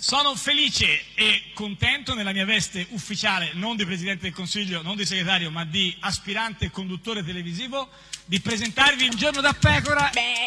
Sono felice e contento nella mia veste ufficiale, non di Presidente del Consiglio, non di segretario, ma di aspirante conduttore televisivo, di presentarvi Un giorno da pecora.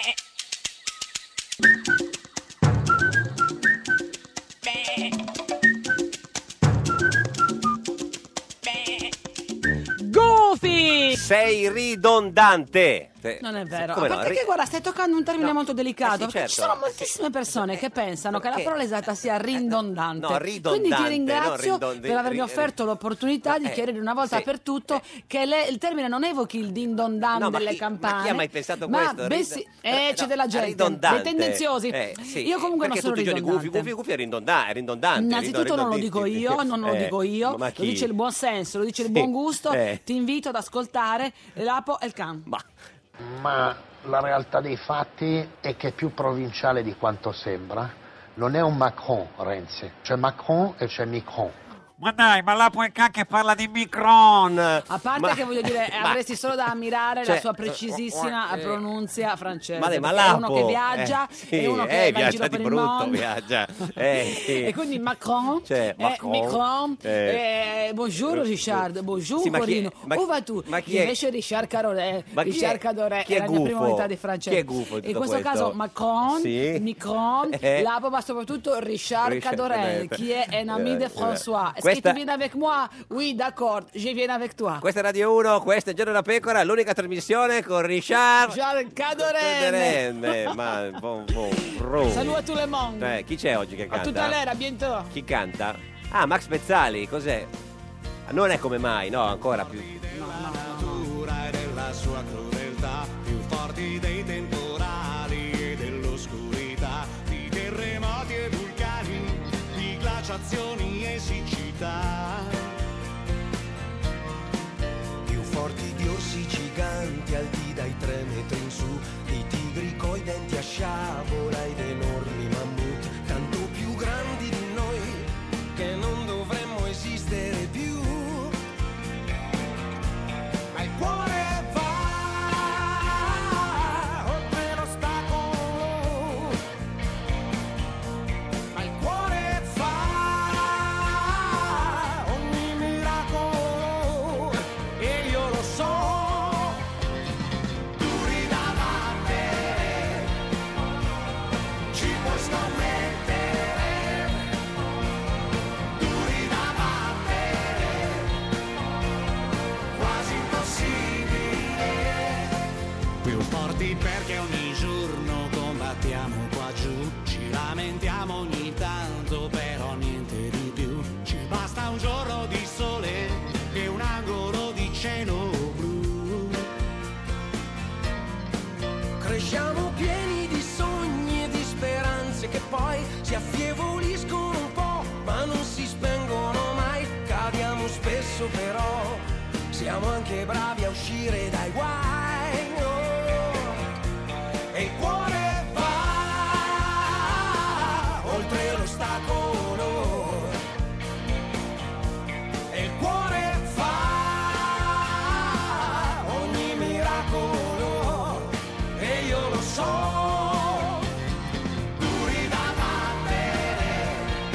Goofy! Sei ridondante. Non è vero, Come no? perché guarda, stai toccando un termine molto delicato, sì, perché certo. ci sono moltissime persone che pensano che la parola esatta sia ridondante. No, ridondante, Quindi ti ringrazio no, per avermi offerto l'opportunità di chiarire una volta per tutto che il termine non evochi il din don dan delle campane. Ma chi ha mai pensato ma questo? Bensì, c'è della gente, ridondante. dei tendenziosi. Sì. Io comunque non Perché sono tutti i giorni ridondante. Goofy è ridondante. Innanzitutto non lo dico io, non lo dico io, Ma lo chi? dice il buon senso, lo dice il buon gusto. Ti invito ad ascoltare Lapo e il Can. Ma la realtà dei fatti è che è più provinciale di quanto sembra. Non è un Macron, Renzi. C'è Macron e c'è Micron. Ma dai, ma Lapo e Can che parla di Micron. A parte che voglio dire, avresti solo da ammirare la sua precisissima pronunzia francese. Ma è uno che viaggia, è uno che va in giro per il mondo. Viaggia. E quindi Macron, Micron, bonjour Richard, bonjour Corino, où vas-tu? Invece Richard Cadoret, è la mia prima unità di francese. Chi è gufo in questo caso Macron, Micron, Lapo, ma soprattutto Richard Cadoret, qui è un ami de François. Est-ce que tu viens avec moi? Oui, d'accord, je viens avec toi. Questa è Radio 1, questa è Giorno da Pecora, l'unica trasmissione con Richard Cadoret. Salut a tout le monde. Chi c'è oggi che canta? A tout à l'heure, a bientôt. Chi canta? Ah, Max Pezzali, cos'è? Non è come mai, no, ancora più. La natura e della sua crudeltà, più forti dei temporali e dell'oscurità, di terremoti e vulcani, di glaciazioni e siccità. Più forti di orsi giganti alti dai 3 metri in su, di tigri coi denti a sciabola ed enormi mammut, tanto più grandi di noi che non dovremmo esistere più. Ma il cuore va oltre l'ostacolo, ma il cuore fa ogni miracolo e io lo so. Duri da battere, ci puoi scommettere. Duri da battere, quasi impossibile. Più forti perché ogni giorno combattiamo qua giù, ci lamentiamo ogni tanto, però niente di più. Ci basta un giorno di sole e un angolo di cielo blu. Cresciamo pieni di sogni e di speranze che poi si affievoliscono un po', ma non si spengono mai. Cadiamo spesso però, siamo anche bravi a uscire dai guai. E il cuore va oltre l'ostacolo, e il cuore fa ogni miracolo e io lo so. Duri da battere,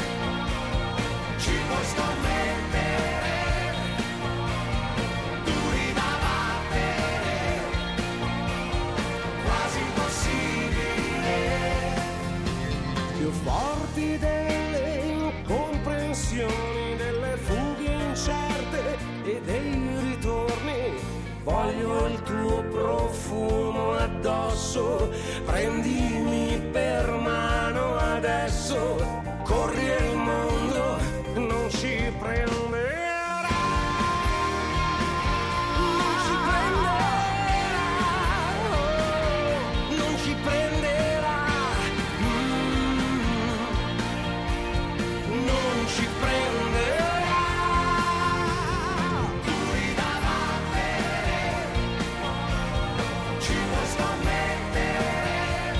ci puoi scommettere. Duri da battere, quasi impossibile. Più forti delle incomprensioni, delle fughe incerte E dei ritorni, voglio il tuo profumo addosso. Prendimi per mano adesso, corri e il mondo non ci prenderà. Non ci prenderà, non ci prenderà. Non ci prenderà. duri da battere, ci puoi scommettere.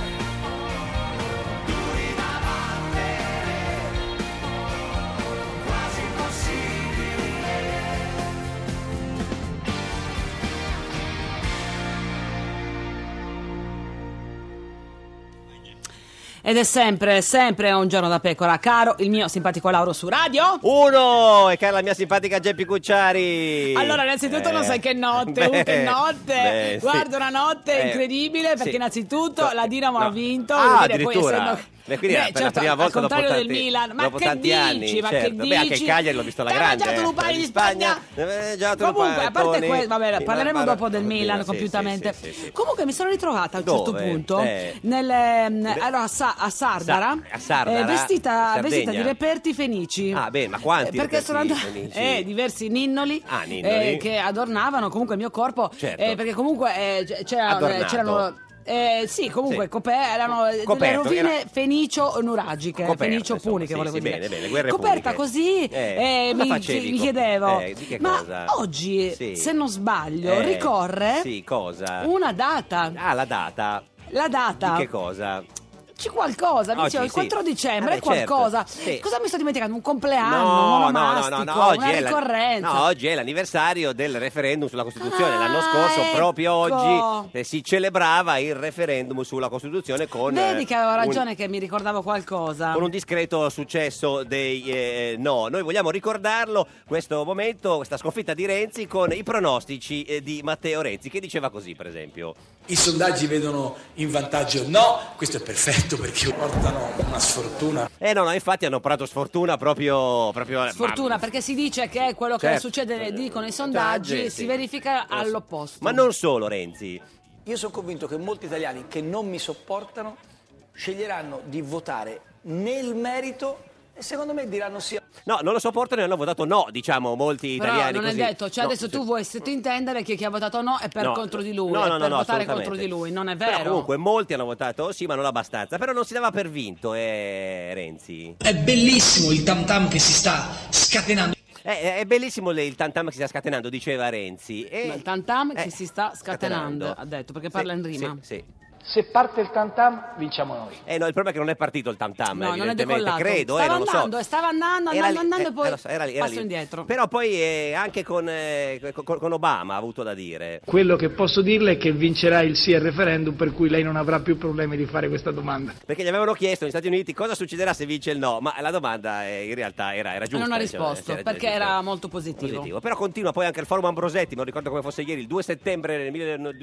Duri da battere, quasi impossibile. Ed è sempre un giorno da pecora, caro il mio simpatico Lauro su radio. 1, e cara la mia simpatica Geppi Cucciari. Allora, innanzitutto non sai che notte, che notte. Guarda, una notte incredibile, perché innanzitutto la Dinamo ha vinto. Addirittura. Quindi per la prima volta al contrario del Milan. Ma che dici? Anni, Ma certo. che dici? Beh, anche il Cagliari l'ho visto alla grande. Già Lupari di Spagna. Comunque, a parte questo, vabbè, parleremo dopo del Milan compiutamente. Comunque mi sono ritrovata a un certo punto allora, a Sardara, vestita di reperti fenici. Ah, bene, ma quanti? Perché sono andati diversi ninnoli, che adornavano comunque il mio corpo, perché comunque c'erano sì, comunque erano delle rovine fenicio-nuragiche, fenicio-puniche, volevo dire. Bene, coperta così, mi chiedevo, ma cosa? Oggi, se non sbaglio, ricorre una data. Ah, la data. La data. Di che cosa? C'è qualcosa, mi dicevo, il 4 dicembre è qualcosa. Certo. Cosa mi sto dimenticando? Un compleanno, no, una ricorrenza. Oggi è l'anniversario del referendum sulla Costituzione. L'anno scorso, proprio oggi, si celebrava il referendum sulla Costituzione con... Vedi che avevo ragione che mi ricordavo qualcosa. Con un discreto successo dei no. Noi vogliamo ricordarlo, questo momento, questa sconfitta di Renzi, con i pronostici di Matteo Renzi, che diceva così, per esempio. I sondaggi vedono in vantaggio no, questo è perfetto perché portano una sfortuna. No, infatti hanno parlato sfortuna proprio sfortuna, perché si dice che quello che succede, dicono i sondaggi, si verifica all'opposto. Ma non solo, Renzi. Io sono convinto che molti italiani che non mi sopportano sceglieranno di votare nel merito e secondo me diranno sì. No, non lo sopportano e hanno votato no, diciamo, molti italiani. Però non così. È detto, cioè adesso tu vuoi sottintendere che chi ha votato no è contro di lui, per votare contro di lui, non è vero. Però comunque molti hanno votato sì, ma non abbastanza. Però non si dava per vinto, Renzi. È bellissimo il tam tam che si sta scatenando. È bellissimo il tantam che si sta scatenando, diceva Renzi. Il tantam che si sta scatenando, ha detto, perché parla in rima. Sì. Se parte il tam-tam, vinciamo noi. No, il problema è che non è partito il tam-tam, no, evidentemente, non è decollato. credo. Stava andando e poi era lì. passo indietro. Però poi anche con Obama ha avuto da dire. Quello che posso dirle è che vincerà il sì al referendum, per cui lei non avrà più problemi di fare questa domanda. Perché gli avevano chiesto negli Stati Uniti cosa succederà se vince il no, ma la domanda in realtà era giusta. Non ha risposto, perché era molto positivo. Però continua poi anche il forum Ambrosetti, me lo ricordo come fosse ieri, il 2 settembre del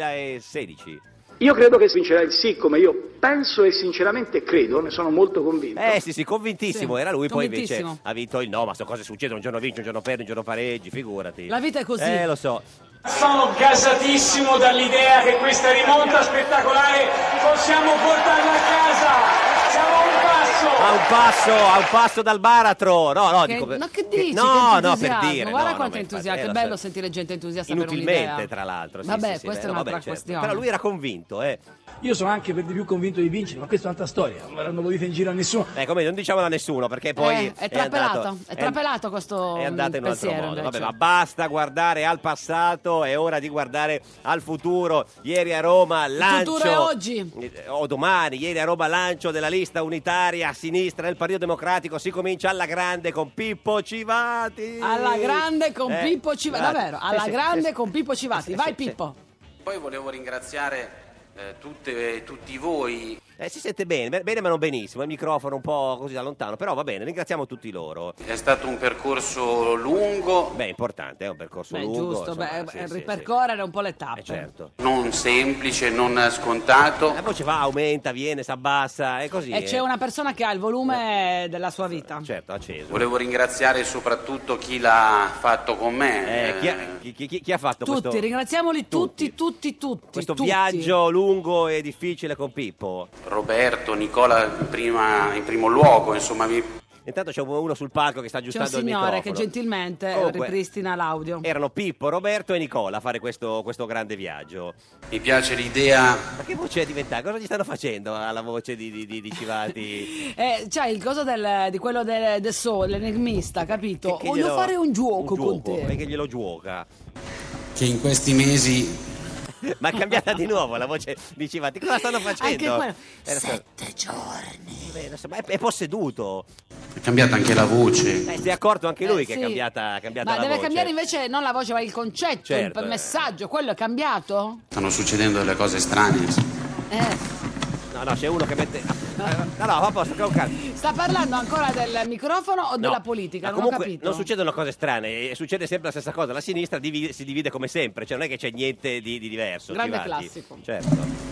2016. Io credo che vincerà il sì, come io penso e sinceramente credo, ne sono molto convinto. Sì, convintissimo, sì, era lui, poi invece ha vinto il no, ma so cose succedono, un giorno vince, un giorno perdi, un giorno pareggi, figurati. La vita è così. Lo so. Sono gasatissimo dall'idea che questa rimonta spettacolare possiamo portarla a casa. Siamo a un passo dal baratro. No, dico, ma che dici? No, per dire. Guarda quanto entusiasmo, che bello sentire gente entusiasta per un'idea. Inutilmente, tra l'altro. Vabbè, questa è un'altra questione. Però lui era convinto, Io sono anche per di più convinto di vincere, ma questa è un'altra storia. Non lo dite in giro a nessuno. Come non diciamolo a nessuno, perché poi è trapelato questo è andato in un altro pensiero, modo. Vabbè, ma basta guardare al passato, è ora di guardare al futuro. Ieri a Roma lancio. Il futuro è oggi. O domani, ieri a Roma lancio della lista unitaria a sinistra del Partito Democratico. Si comincia alla grande con Pippo Civati. Alla grande con Pippo Civati. Davvero, alla grande con Pippo Civati. Vai Pippo. Poi volevo ringraziare tutti voi. Si sente bene ma non benissimo, il microfono un po' così da lontano, però va bene, ringraziamo tutti loro. È stato un percorso lungo. Importante, è un percorso lungo. Giusto, ripercorrere un po' le tappe. Certo. Non semplice, non scontato. La voce va, aumenta, viene, si abbassa, è così. E c'è una persona che ha il volume della sua vita. Certo, acceso. Volevo ringraziare soprattutto chi l'ha fatto con me. Chi ha fatto questo? Tutti, ringraziamoli tutti. Questo viaggio lungo e difficile con Pippo. Roberto, Nicola in primo luogo, insomma. Intanto c'è uno sul palco che sta aggiustando il microfono. C'è un signore che gentilmente ripristina l'audio. Erano Pippo, Roberto e Nicola a fare questo grande viaggio. Mi piace l'idea. Ma che voce è diventata? Cosa gli stanno facendo alla voce di Civati? C'è il coso di quello del sole, l'enigmista, capito? Voglio fare un gioco con te. E che glielo gioca. Che in questi mesi... Ma è cambiata di nuovo la voce di Civati. Cosa stanno facendo? Anche 7 giorni. Ma è posseduto. È cambiata anche la voce. Si è accorto anche lui che è cambiata la voce. Ma deve cambiare invece non la voce, ma il concetto, il messaggio. Quello è cambiato? Stanno succedendo delle cose strane. No, c'è uno che mette... No, a posto, con calma. Sta parlando ancora del microfono o della politica? Non ho Comunque capito. non succedono cose strane, succede sempre la stessa cosa. La sinistra si divide come sempre, cioè non è che c'è niente di diverso. Grande Tivati. classico. Certo.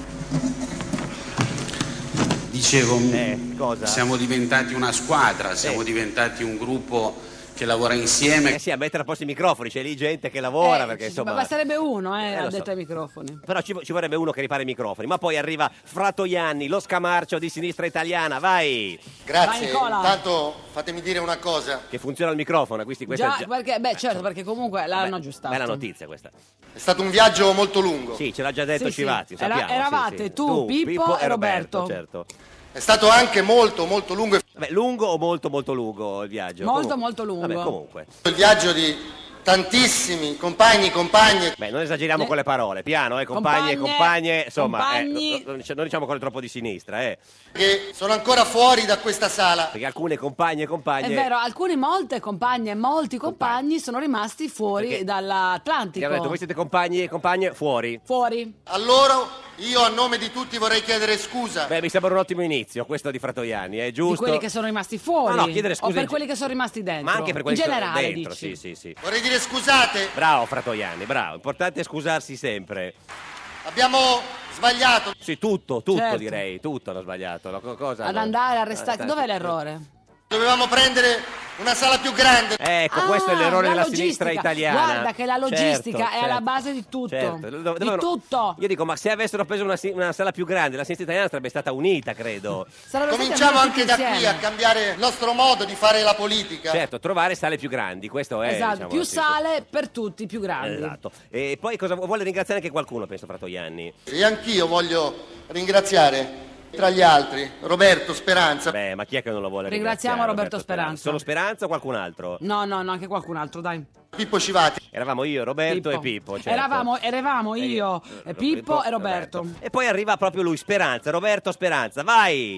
Dicevo, cosa? siamo diventati una squadra, siamo diventati un gruppo che lavora insieme. Sì, a mettere a posto i microfoni, c'è lì gente che lavora perché insomma. Ma sarebbe uno, ha lo detto so. ai microfoni. Però ci vorrebbe uno che ripara i microfoni, ma poi arriva Fratoianni, lo scamarcio di Sinistra Italiana, vai! Grazie, Vai, Nicola. intanto fatemi dire una cosa. Che funziona il microfono, questa Già, è perché, certo, perché comunque l'hanno aggiustato. bella notizia questa. È stato un viaggio molto lungo. Sì, ce l'ha già detto Sì, sì. Civati, sappiamo. Eravate tu, Pippo e Roberto. Certo. È stato anche molto molto lungo Vabbè, lungo o molto molto lungo il viaggio? Molto lungo. Vabbè, comunque. il viaggio di tantissimi compagni, compagne. Beh, non esageriamo con le parole, piano, compagni e compagne, insomma, compagni. non diciamo cose troppo di sinistra, Che sono ancora fuori da questa sala. Perché alcune compagne e compagne... È vero, molte compagne e molti compagni sono rimasti fuori Perché- dall'Atlantico. Che hanno detto, voi siete compagni e compagne fuori? Fuori. A loro io a nome di tutti vorrei chiedere scusa. Beh, mi sembra un ottimo inizio, questo di Fratoianni, è giusto? Di quelli che sono rimasti fuori. No, chiedere o scusa per quelli che sono rimasti dentro. Ma anche per quelli in che sono generale, dentro, dici. sì. Vorrei dire scusate, Bravo Fratoianni, bravo, importante è scusarsi sempre. abbiamo sbagliato. Sì, tutto Certo. direi, tutto hanno sbagliato. Cosa Ad no? andare a restare. Dov'è l'errore? Dovevamo prendere una sala più grande. Ecco, questo è l'errore la della sinistra logistica. italiana. Guarda che la logistica Certo, è alla certo. base di tutto. Certo. Di tutto. Io dico, ma se avessero preso una sala più grande, la sinistra italiana sarebbe stata unita, credo. Sarebbero stati Cominciamo almeno anche tutti da qui insieme. a cambiare il nostro modo di fare la politica. Certo, trovare sale più grandi, questo è... Esatto, diciamo, più sì, sale per tutti, più grandi. Esatto. E poi cosa vuole ringraziare anche qualcuno, penso, Fratoianni? E anch'io voglio ringraziare, tra gli altri, Roberto Speranza. Beh, ma chi è che non lo vuole Ringraziamo ringraziare, Roberto Speranza. Solo Speranza o qualcun altro? No, anche qualcun altro, dai. Pippo Civati. Eravamo io, Roberto e Pippo, certo. Eravamo io, Pippo e Roberto. E poi arriva proprio lui, Speranza, Roberto Speranza, vai!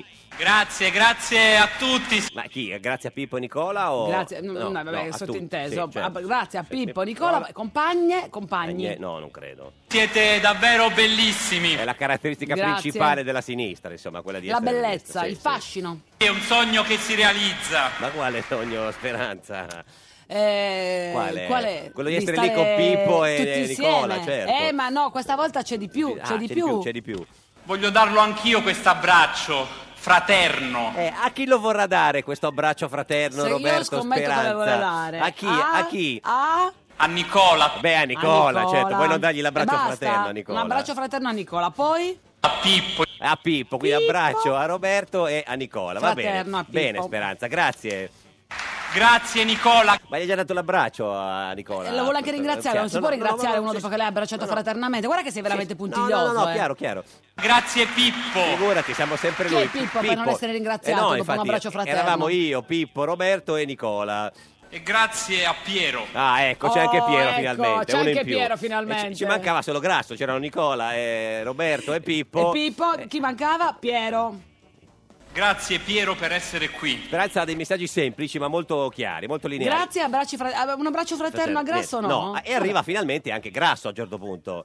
Grazie a tutti. Ma chi? Grazie a Pippo e Nicola o... Grazie, vabbè, a sottinteso. tutti, sì, certo. Grazie a Pippo, Nicola, compagni. No, non credo. Siete davvero bellissimi. È la caratteristica Grazie. principale della sinistra, insomma, quella di La essere bellezza, onesta. il fascino. È un sogno che si realizza. Ma quale sogno, Speranza? Qual è? Quello di essere lì con Pippo e tutti Nicola, insieme. certo. Ma no, questa volta c'è di più, c'è di più. C'è di più. Voglio darlo anch'io questo abbraccio fraterno. A chi lo vorrà dare questo abbraccio fraterno, Se io Roberto scommetto Speranza? dove vuole dare. A chi? A chi? A Nicola. Beh, a Nicola, Nicola. certo, puoi non dargli l'abbraccio E basta. fraterno a Nicola. Un abbraccio fraterno a Nicola, poi A Pippo, quindi abbraccio a Roberto e a Nicola. Va bene. Fraterno a Pippo. Bene, Speranza, grazie. Grazie Nicola. Ma gli hai già dato l'abbraccio a Nicola? lo vuole anche ringraziare, non si può ringraziare uno sì, dopo che l'hai abbracciato fraternamente. Guarda che sei veramente puntiglioso. No, chiaro. Grazie Pippo. Figurati, siamo sempre Chi lui. è Pippo per non essere ringraziato no, dopo infatti, un abbraccio fraterno? Eravamo io, Pippo, Roberto e Nicola. E grazie a Piero. Ah, ecco, c'è anche Piero ecco, finalmente. c'è uno anche in più. Piero E finalmente. ci mancava solo Grasso, c'erano Nicola, Roberto e Pippo. E Pippo, chi mancava? Piero. Grazie Piero per essere qui. Speranza ha dei messaggi semplici ma molto chiari, molto lineari. Grazie, un abbraccio fraterno a Grasso no? No, e arriva finalmente anche Grasso a un certo punto.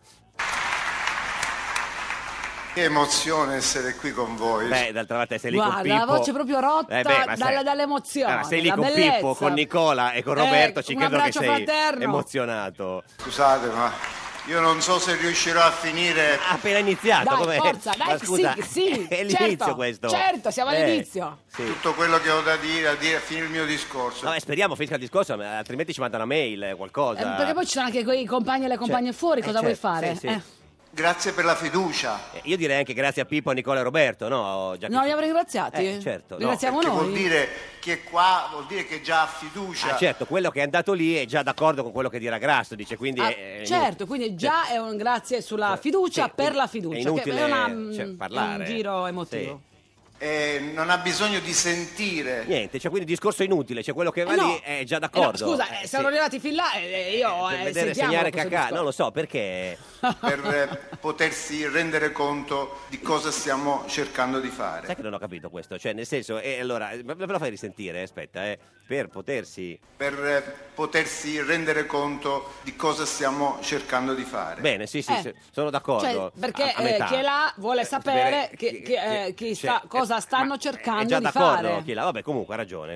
Che emozione essere qui con voi. Beh, d'altra parte sei lì Guarda, con Pippo. la voce proprio rotta dall'emozione. Allora, sei lì la con bellezza. Pippo, con Nicola e con Roberto, ci un credo che abbraccio sei fraterno. emozionato. Scusate, ma io non so se riuscirò a finire. Appena iniziato, Dai, com'è? forza, dai, Ma scusa, sì, è l'inizio certo, questo. Certo, siamo all'inizio. Sì. Tutto quello che ho da dire, a finire il mio discorso. Vabbè, speriamo finisca il discorso, altrimenti ci manda una mail, qualcosa. Perché poi ci sono anche quei compagni e le compagne fuori, cosa vuoi fare? Sì. Grazie per la fiducia. Io direi anche grazie a Pippo, Nicola e Roberto, no? Già che- Non li avrei ringraziati? certo, no. Ringraziamo Perché noi? vuol dire che qua vuol dire che già ha fiducia. Ah, certo, quello che è andato lì è già d'accordo con quello che dirà Grasso, dice, quindi... certo, quindi già è un grazie sulla fiducia per la fiducia. è inutile, che è parlare. è un giro emotivo. Non ha bisogno di sentire. Niente, c'è quindi discorso inutile, c'è quello che va no. lì è già d'accordo. No, scusa, siamo arrivati fin là io per vedere sentiamo segnare questo cacà, discorso. non lo so, perché... Per potersi rendere conto di cosa stiamo cercando di fare. Sai che non ho capito questo, cioè nel senso, allora, me lo fai risentire, aspetta, per potersi rendere conto di cosa stiamo cercando di fare. Bene, sì, sono d'accordo. Cioè, perché a metà. chi è là vuole sapere cosa stanno cercando è già di d'accordo fare. chi è là. Vabbè, comunque ha ragione.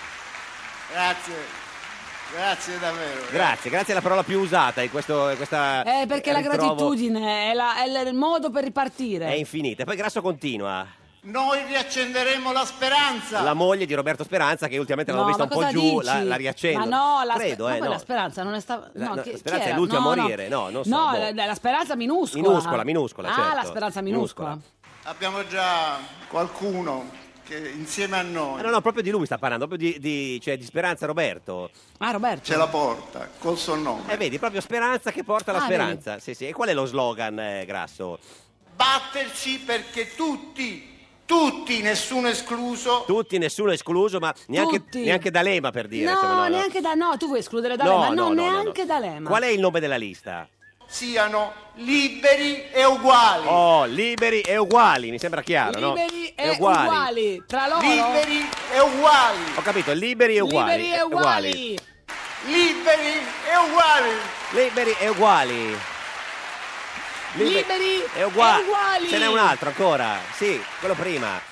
Grazie davvero. Grazie, è la parola più usata in questa perché la gratitudine è il modo per ripartire. È infinita. Poi Grasso continua. Noi riaccenderemo la speranza. La moglie di Roberto Speranza, che ultimamente l'hanno vista un po' giù, la riaccende. Ma no, credo, ma no. la Speranza non è stata. La chi Speranza era? è l'ultima a morire, no, non so. No, boh. la Speranza minuscola. Minuscola, Ah, certo. la Speranza minuscola. Abbiamo già qualcuno che insieme a noi No, proprio di lui sta parlando, proprio di Speranza Roberto. Ah, Roberto. ce la porta col suo nome. Vedi, proprio Speranza che porta la speranza. Sì. E qual è lo slogan, Grasso? Batterci perché tutti, nessuno escluso. Tutti, nessuno escluso, ma neanche D'Alema, per dire. No, neanche no, tu vuoi escludere D'Alema? No, neanche D'Alema. Qual è il nome della lista? Siano liberi e uguali. Oh, liberi e uguali, mi sembra chiaro, liberi no? e uguali. Tra loro? Liberi e uguali. Ho capito, liberi e uguali. Liberi e uguali. Liberi e uguali. Liberi e uguali. Liberi e uguali. Ce n'è un altro ancora. Sì, quello prima.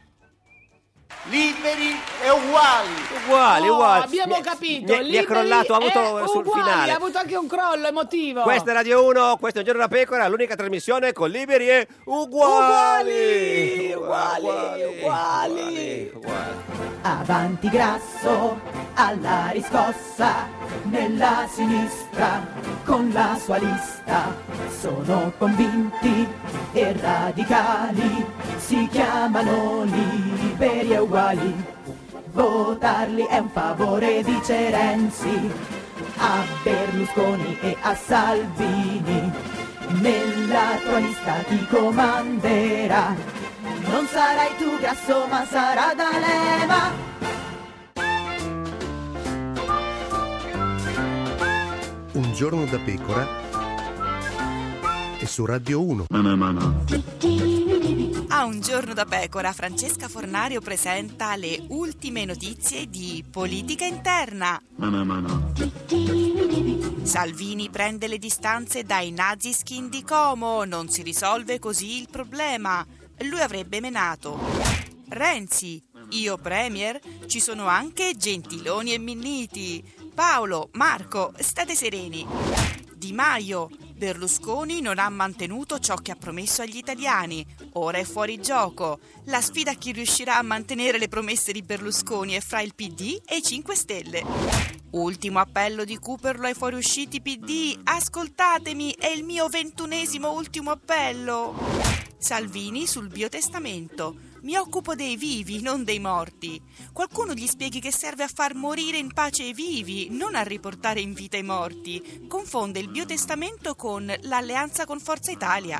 Liberi e uguali. Uguali. Abbiamo capito. Mi è crollato, ha avuto sul uguali, finale. ha avuto anche un crollo emotivo. Questa è Radio 1, questo è Un Giorno da Pecora, l'unica trasmissione con liberi e uguali. Uguali. Avanti Grasso, alla riscossa, nella sinistra, con la sua lista. Sono convinti e radicali, si chiamano liberi e uguali. Votarli è un favore, dice Renzi, a Berlusconi e a Salvini. Nella tua lista chi comanderà? Non sarai tu Grasso, ma sarà D'Alema. Un Giorno da Pecora e su Radio 1. A Un Giorno da Pecora, Francesca Fornario presenta le ultime notizie di politica interna. Salvini prende le distanze dai naziskin di Como, non si risolve così il problema. Lui avrebbe menato. Renzi, io premier, ci sono anche Gentiloni e Minniti. Paolo, Marco, state sereni. Di Maio, Berlusconi non ha mantenuto ciò che ha promesso agli italiani. Ora è fuori gioco. La sfida a chi riuscirà a mantenere le promesse di Berlusconi è fra il PD e i 5 Stelle. Ultimo appello di Cooperlo ai fuoriusciti PD. Ascoltatemi, è il mio 21esimo ultimo appello. Salvini sul biotestamento. Mi occupo dei vivi, non dei morti. Qualcuno gli spieghi che serve a far morire in pace i vivi, non a riportare in vita i morti. Confonde il biotestamento con l'alleanza con Forza Italia.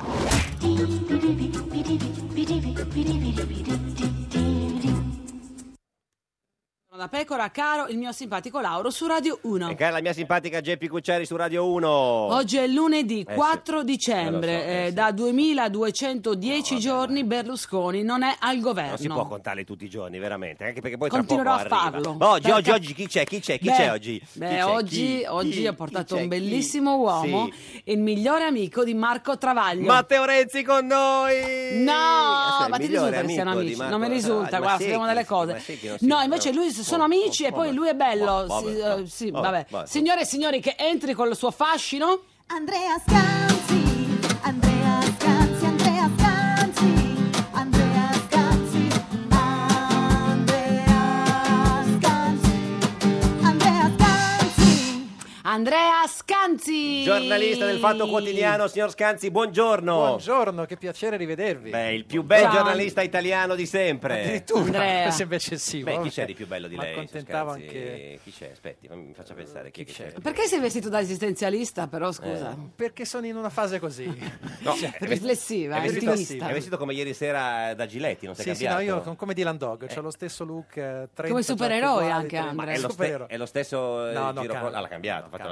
Da Pecora, caro il mio simpatico Lauro su Radio 1. E cara la mia simpatica Geppi Cucciari su Radio 1. Oggi è lunedì 4 sì. dicembre, Sì. da 2210 giorni Berlusconi non è al governo. Non si può contarli tutti i giorni, veramente, anche perché poi continuerò tra poco a arriva. farlo. Oggi chi c'è? Chi c'è oggi? Oggi ho portato un bellissimo uomo, il migliore amico di Marco Travaglio. Matteo Renzi con noi! No, ma ti risulta che siano amici? Non mi risulta, guarda, sappiamo delle cose. No, invece lui sono amici e poi lui è bello. Vabbè. Signore e signori, che entri con il suo fascino. Andrea Scanzi, Andrea Scanzi, Andrea Scanzi, Andrea Scanzi, Andrea Scanzi, Andrea Scanzi. Andrea Scanzi, giornalista del Fatto Quotidiano. Signor Scanzi, buongiorno. Buongiorno, che piacere rivedervi. Beh, il più bel giornalista italiano di sempre. Addirittura, Andrea. sembra eccessivo. Beh, chi c'è di più bello di lei? Accontentavo Scanzi? anche. Chi c'è? Aspetti, mi faccia pensare. Chi c'è? Perché sei vestito da esistenzialista, però, scusa? Perché sono in una fase così. No, Riflessiva, è ottimista. vestito come ieri sera da Giletti, non si è Sì, cambiato? no, io come Dylan Dog, c'ho lo stesso look. 30 Come supereroi giacche anche, uguali, Andrea. Ma è lo stesso No, giro cambia. l'ha cambiato, ha fatto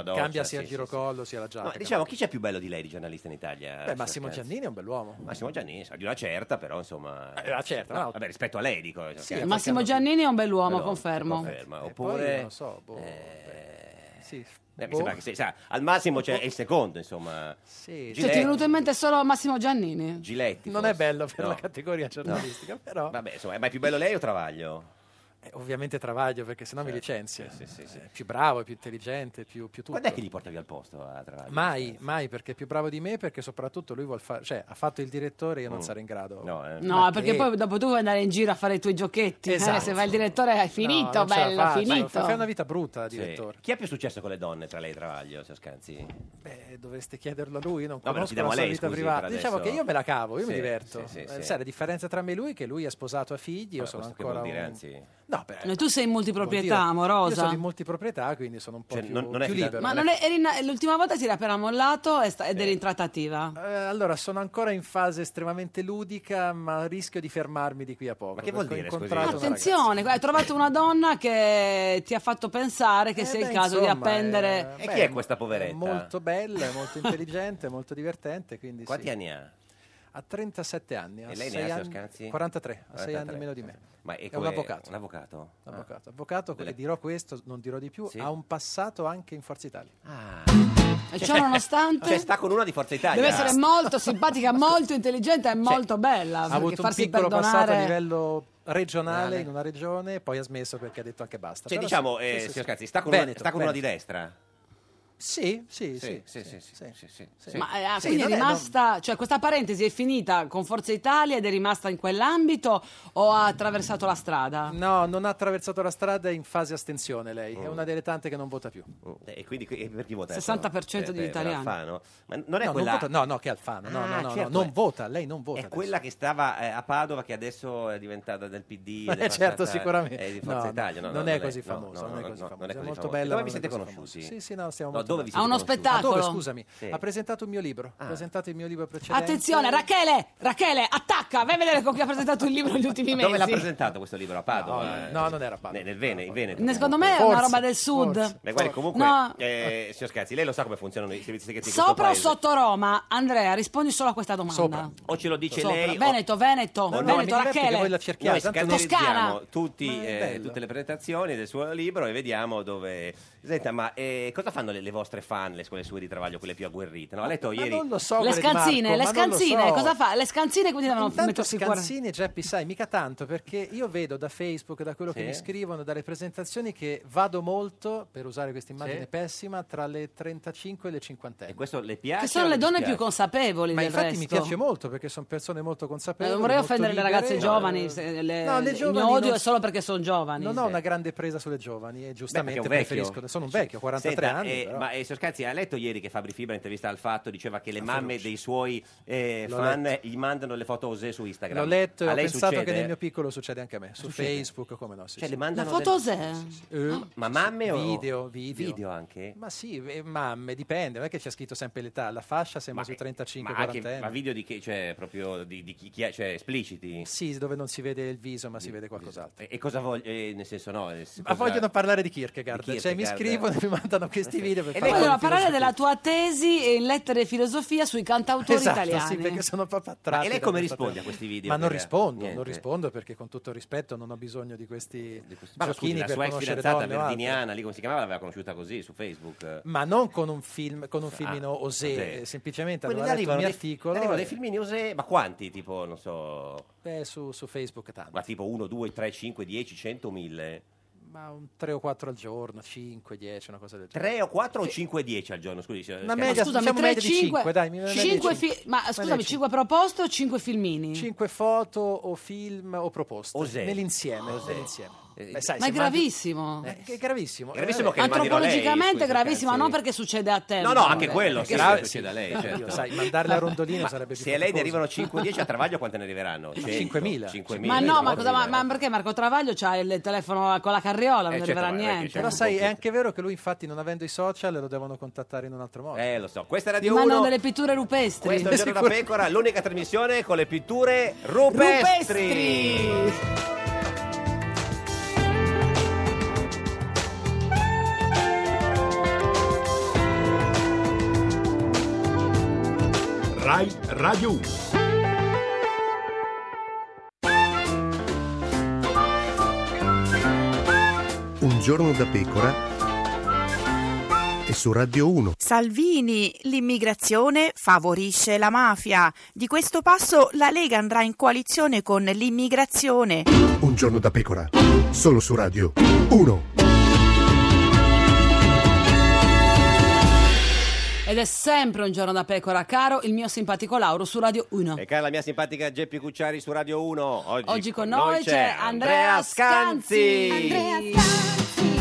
doccia, cambia sia il sì, girocolo sia la No, giacca. diciamo, chi c'è più bello di lei di giornalista in Italia? Beh, Massimo Scarzi? Giannini è un bell'uomo. Massimo Giannini, di una certa, però insomma. Una certa, no. Vabbè, rispetto a lei, dico. Scherzo. Massimo Giannini è un bell'uomo, No, confermo. conferma. Poi, Oppure. non lo so, sì. Mi sembra che al massimo c'è il secondo, insomma. Sì. Cioè, ti è venuto in mente solo Massimo Giannini? Giletti. Non forse. è bello per No. la categoria giornalistica, però. Vabbè, insomma, ma è più bello lei o Travaglio? Ovviamente Travaglio, perché sennò mi licenzia. Sì. È più bravo, è più intelligente, più tutto. Quando è che gli porta via il posto a Travaglio? Mai, perché è più bravo di me, perché soprattutto lui vuol fare, cioè ha fatto il direttore, io non sarei in grado. No, perché poi dopo tu vuoi andare in giro a fare i tuoi giochetti. Esatto. Se vai il direttore hai finito, non ce la bello, faccio. finito. Fai una vita brutta, Sì. direttore. Chi ha più successo con le donne tra lei e Travaglio, signor Scanzi? Dovreste chiederlo a lui, non No, me lo conosco la chiediamo a sua lei, vita scusi, privata. per Diciamo adesso. che io me la cavo, io mi Sì, diverto. sì. Sai, la differenza tra me e lui è che lui è sposato, ha figli, io Vabbè, sono questo che ancora vuol dire, un... anzi. No, beh, Tu sei in multiproprietà, Io amorosa. sono in multiproprietà, quindi sono un po' Cioè, più, non è più fidan- libero. Ma non l'ultima volta si era appena mollato ed eri in trattativa. Allora, sono ancora in fase estremamente ludica, ma rischio di fermarmi di qui a poco. Ma che vuol perché ho dire, scusi? incontrato una Attenzione, hai trovato una donna che ti ha fatto pensare che sia il caso di appendere. E chi è questa poveretta? È molto bella, è molto intelligente, molto divertente. Quindi Quanti sì. anni ha? Ha 37 anni. E ha lei ne 6 ha, signor anni, Scanzi? 43, ha 6 anni 43. meno di me. Ma è un come- avvocato. Un avvocato? Avvocato, e dirò questo, non dirò di più, Sì? ha un passato anche in Forza Italia. E ciò nonostante Cioè, sta con una di Forza Italia. deve essere molto simpatica, molto intelligente e molto bella. Ha perché avuto un farsi piccolo passato a perdonare. livello regionale in una regione, poi ha smesso perché ha detto anche basta. Cioè, Però diciamo, sì, sì, signor sì. Scanzi, sta con Veneto, una di Veneto. destra? Sì. Ma Sì, quindi è non è- rimasta, cioè questa parentesi è finita con Forza Italia ed è rimasta in quell'ambito o ha attraversato la strada? No, non ha attraversato la strada, è in fase astensione lei, è una delle tante che non vota più. E quindi per chi vota? 60% degli Per italiani. Alfano? Ma non è No, quella... non vota, no, che Alfano, no, certo, non vota, lei non vota. È quella che stava a Padova, che adesso è diventata del PD. ed è Certo, passata- sicuramente. È di Forza No, Italia. No, non è così no, famosa, non è così famosa. non è È così molto famosa. bella, Dove ma vi non siete è così conosciuti? famosa. Sì, no, stiamo No, molto dove vi bene. siete uno conosciuti? spettacolo. Dove, scusami? Sì. Ha presentato il mio libro. Ha presentato il mio libro precedente. Attenzione, Rachele, attacca, vai a vedere con chi ha presentato il libro negli ultimi mesi. Dove l'ha presentato questo libro? A Padova? No, non era a Padova. Nel Veneto. In Veneto. Secondo me è una roba del sud. Beh, guardi, comunque, No. signor Scazzi, lei lo sa come funzionano i servizi segreti in Sopra o questo paese? sotto Roma? Andrea, rispondi solo a questa domanda. Sopra. O ce lo dice Sopra. lei Veneto, o Veneto, no, Veneto, mi diverte che Rachele. voi la cerchiate, noi tanto non- Toscana. scannerizziamo tutte le presentazioni del suo libro e vediamo dove... Senta, ma cosa fanno le vostre fan, le scuole sue di Travaglio, quelle più agguerrite? No? Ha letto Ma ieri... non lo so, Le quelle di scanzine, Marco, le ma non lo scanzine, so. cosa fa? Le scanzine quindi devono Intanto mettersi fuori. scanzini, Geppi, sai, mica tanto, perché io vedo da Facebook, da quello che Sì. mi scrivono, dalle presentazioni, che vado molto, per usare questa immagine Sì. pessima, tra le 35 e le 50. E questo le piace? Che sono o le le donne dispiace? più consapevoli Ma del infatti resto. mi piace molto, perché sono persone molto consapevoli. Non vorrei molto offendere le libere. ragazze giovani, No, le il giovani mio odio non- è solo perché sono giovani. Non ho una grande presa sulle giovani e giustamente Beh, perché è un vecchio. preferisco. Sono un vecchio, 43 Senta, anni. però. Ma signor Scazzi, ha letto ieri che Fabri Fibra, intervista al Fatto, diceva che le A mamme Ferruccio. dei suoi L'ho fan letto. gli mandano le foto Osè su Instagram? L'ho letto e A ho lei pensato succede? che nel mio piccolo succede anche a me. Su Succede? Facebook, come no? Sì, Cioè, sì. le mandano La foto Osè? Ma mamme o... Video. Video anche? Ma sì, mamme, dipende, non è che c'è scritto sempre l'età, la fascia sembra sui Ma 35-40 anche anni. ma video di che, cioè, proprio di chi è, cioè, espliciti? Sì, dove non si vede il viso, ma si vede qualcos'altro. E cosa voglio, nel senso no... Ma vogliono parlare di Kierkegaard, Di cioè mi Kierkegaard. scrivono e mi mandano questi video per Poi parlare vogliono di parlare filosofia. della tua tesi in lettere e filosofia sui cantautori Esatto, italiani. sì, perché sono proprio Ma attratti e lei da come questa risponde cosa. a questi video? Ma non Perché- rispondo, niente. non rispondo perché con tutto il rispetto non ho bisogno di questi Ma scusi, giochini la per sua ex conoscere fidanzata donne o altro. Verdiniana, lì come si chiamava, l'aveva conosciuta così su Facebook. Ma non con un film, con un filmino Osè. osè, semplicemente Quelli aveva là letto un mio arrivano articolo. arrivano e- dei filmini Osè, ma quanti? Tipo, non so... su Facebook tanto. Ma tipo 1, 2, 3, 5, 10, 100, 1000? Ma un 3 o 4 al giorno, 5, 10, una cosa del genere. 3 o 4 o 5, 10 al giorno? Scusi, Una media, Scusami, diciamo 3, media di 5, 5, dai, ma scusami, 5 proposte o 5 filmini? 5 foto o film o proposte Osè. nell'insieme, Osè. nell'insieme. Ma sai, Ma è se mandi- gravissimo. È gravissimo. Gravissimo che mandino lei, Antropologicamente scusi, gravissimo, Scanzi. non perché succede a te. No, no, anche quello, perché sì, grave, che succede a lei, sì. certo. Sai, mandarle a rondolino Ma sarebbe più se a lei ne faticoso. arrivano 5 o 10 a Travaglio, quante ne arriveranno? 5.000. 5.000. Ma no, ma, cosa, ma perché Marco Travaglio c'ha il telefono con la carriola, non certo, arriverà ma perché niente. c'è Però sai, è anche vero che lui infatti non avendo i social lo devono contattare in un altro modo. Lo so. Questa è Gli Radio mandano 1. delle pitture rupestri. Questo è Il Giorno da Pecora, l'unica trasmissione con le pitture rupestri. Rai Radio 1. Un giorno da pecora e su Radio 1. Salvini, l'immigrazione favorisce la mafia. Di questo passo la Lega andrà in coalizione con l'immigrazione. Un giorno da pecora, solo su Radio 1. Ed è sempre un giorno da pecora, caro il mio simpatico Lauro su Radio 1. E cara la mia simpatica Geppi Cucciari su Radio 1. Oggi con noi c'è Andrea Scanzi. Andrea Scanzi.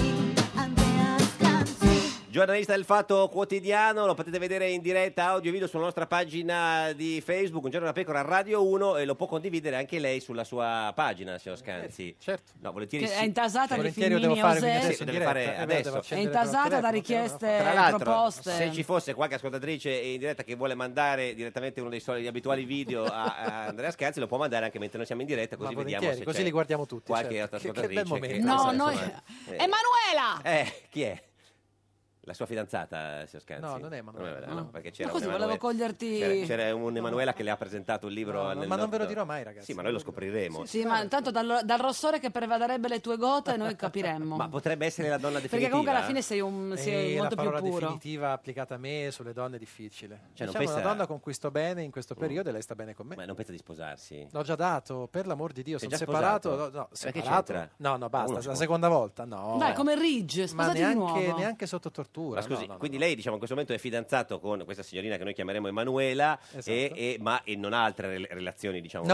Giornalista del Fatto Quotidiano, lo potete vedere in diretta audio e video sulla nostra pagina di Facebook, Un giorno da pecora Radio 1, e lo può condividere anche lei sulla sua pagina, signor Scanzi. Certo. No, volentieri Che è intasata di Volentieri filmini devo fare, osè. quindi Sì, deve fare adesso. È intasata da richieste Tra l'altro, proposte. se ci fosse qualche ascoltatrice in diretta che vuole mandare direttamente uno dei suoi abituali video a Andrea Scanzi, lo può mandare anche mentre noi siamo in diretta, così Ma vediamo se così c'è li guardiamo tutti. qualche certo. altra Che bel ascoltatrice. momento. No, noi... Emanuela! Chi è? La sua fidanzata, signor Scanzi? No, non è Emanuela. No, perché c'era Ma così un'Emanuela- volevo coglierti... C'era un'Emanuela che le ha presentato il libro. No, ma non ve lo dirò mai, ragazzi. Sì, ma noi lo scopriremo. Sì, ma intanto dal rossore che prevederebbe le tue gote noi capiremmo. Ma potrebbe essere la donna definitiva? Perché comunque alla fine sei molto la più parola puro. definitiva applicata a me sulle donne è difficile. Cioè, non diciamo pensa- una donna con cui sto bene in questo periodo e lei sta bene con me. Ma non pensa di sposarsi? L'ho già dato, per l'amor di Dio, Sei sono già separato. sposato? No, Perché separato. c'entra? No, basta, Uno la sposa. seconda volta, no. Dai, come Ridge, Ma sposati di nuovo. neanche sotto tortura. Ma scusi, no. quindi lei diciamo in questo momento è fidanzato con questa signorina che noi chiameremo Emanuela, Esatto. ma non ha altre relazioni, diciamo?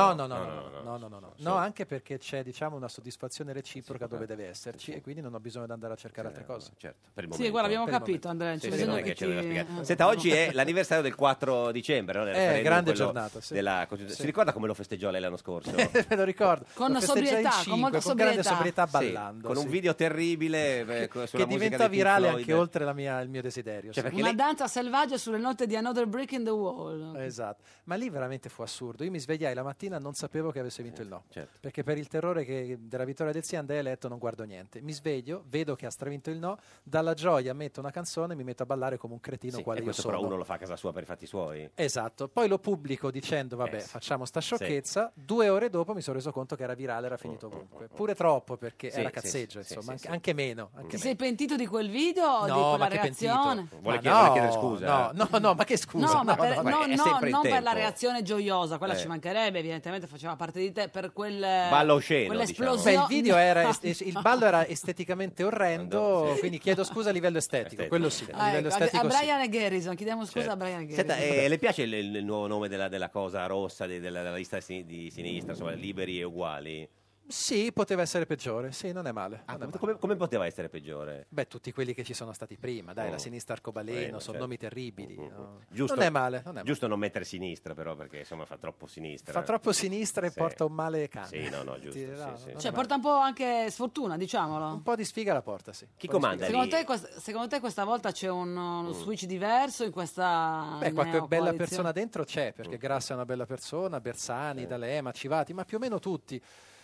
No, anche perché c'è diciamo una soddisfazione reciproca dove deve esserci e quindi non ho bisogno di andare a cercare altre cose. Certo, per il Sì, momento. guarda, abbiamo Per il capito, Andrea. non c'è Sì, bisogno non è che che ce l'aveva ti- spiegato. Senta, oggi è l'anniversario del 4 dicembre, no? Del referendum, grande quello giornata, sì. della Costituzione. Sì. Si ricorda come lo festeggiò lei l'anno scorso? Me lo ricordo. Con Lo festeggiai sobrietà, in con molta cinque, grande sobrietà. sobrietà ballando. Con un sì. video terribile sulla che musica diventa dei Pink virale Floyd. anche oltre il mio desiderio. Cioè, sì. perché Una danza selvaggia sulle note di Another Brick in the Wall. Esatto, ma lì veramente fu assurdo. Io mi svegliai la mattina e non sapevo che avesse vinto il no, certo. perché per il terrore della vittoria del sì andai a letto, non guardo niente. Mi sveglio, vedo che ha stravinto il no, dalla gioia metto una canzone e mi metto a ballare come un cretino Sì, quale e io questo sono. però uno lo fa a casa sua per i fatti suoi. Esatto, poi lo pubblico dicendo vabbè facciamo sta sciocchezza, 2 ore dopo mi sono reso conto che era virale, era finito ovunque, pure troppo perché Sì, era sì, cazzeggio, sì, insomma, sì, anche meno. Ti sei pentito di quel video o di No, quella ma che reazione? pentito. Vuole Ma chiedere scusa? No, ma che scusa? No, ma per- no, no, è no, sempre in non per la tempo. reazione gioiosa, quella Eh. ci mancherebbe, evidentemente faceva parte di te, per quel Ballo osceno, quell'esplosione. Beh, il video era il ballo era esteticamente orrendo, quindi chiedo scusa a livello estetico, quello sì, a livello Ecco, a estetico sì. Brian e Garrison, chiediamo scusa a Brian e Senta, Garrison. le piace il nuovo nome della cosa rossa della lista di sinistra, insomma, liberi e uguali? Sì, poteva essere peggiore, sì, non è male. non è male. Come poteva essere peggiore? Beh, tutti quelli che ci sono stati prima, dai, Oh. la sinistra arcobaleno, Bene, sono certo. nomi terribili. no? Giusto, Non è male, non è male. Giusto non mettere sinistra però, perché insomma fa troppo sinistra. Fa troppo sinistra e Sì. porta un male cane. Sì, no, giusto. No, sì, sì. non è Cioè, male. porta un po' anche sfortuna, diciamolo. Un po' di sfiga la porta, sì. Chi Un po' di comanda sfiga. lì? Secondo te questa volta c'è uno switch diverso in questa Beh, qualche bella neocoalizione? persona dentro c'è, perché Grasso è una bella persona, Bersani, D'Alema, Civati, ma più o meno tutti.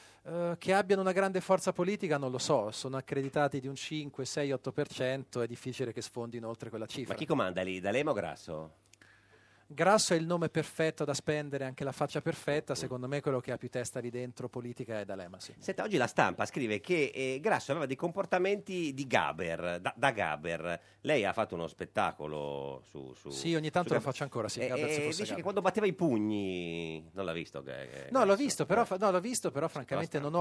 Che abbiano una grande forza politica non lo so, sono accreditati di un 5, 6, 8%, è difficile che sfondino oltre quella cifra. Ma chi comanda lì? D'Alema o Grasso? Grasso è il nome perfetto da spendere, anche la faccia perfetta, secondo me quello che ha più testa lì dentro politica è D'Alema, sì. Senta, oggi la stampa scrive che Grasso aveva dei comportamenti di Gaber, da Gaber. Lei ha fatto uno spettacolo su Sì, ogni tanto su lo faccio ancora, sì, Gaber se fosse dice Gaber. che quando batteva i pugni non l'ha visto No, l'ho visto, però francamente non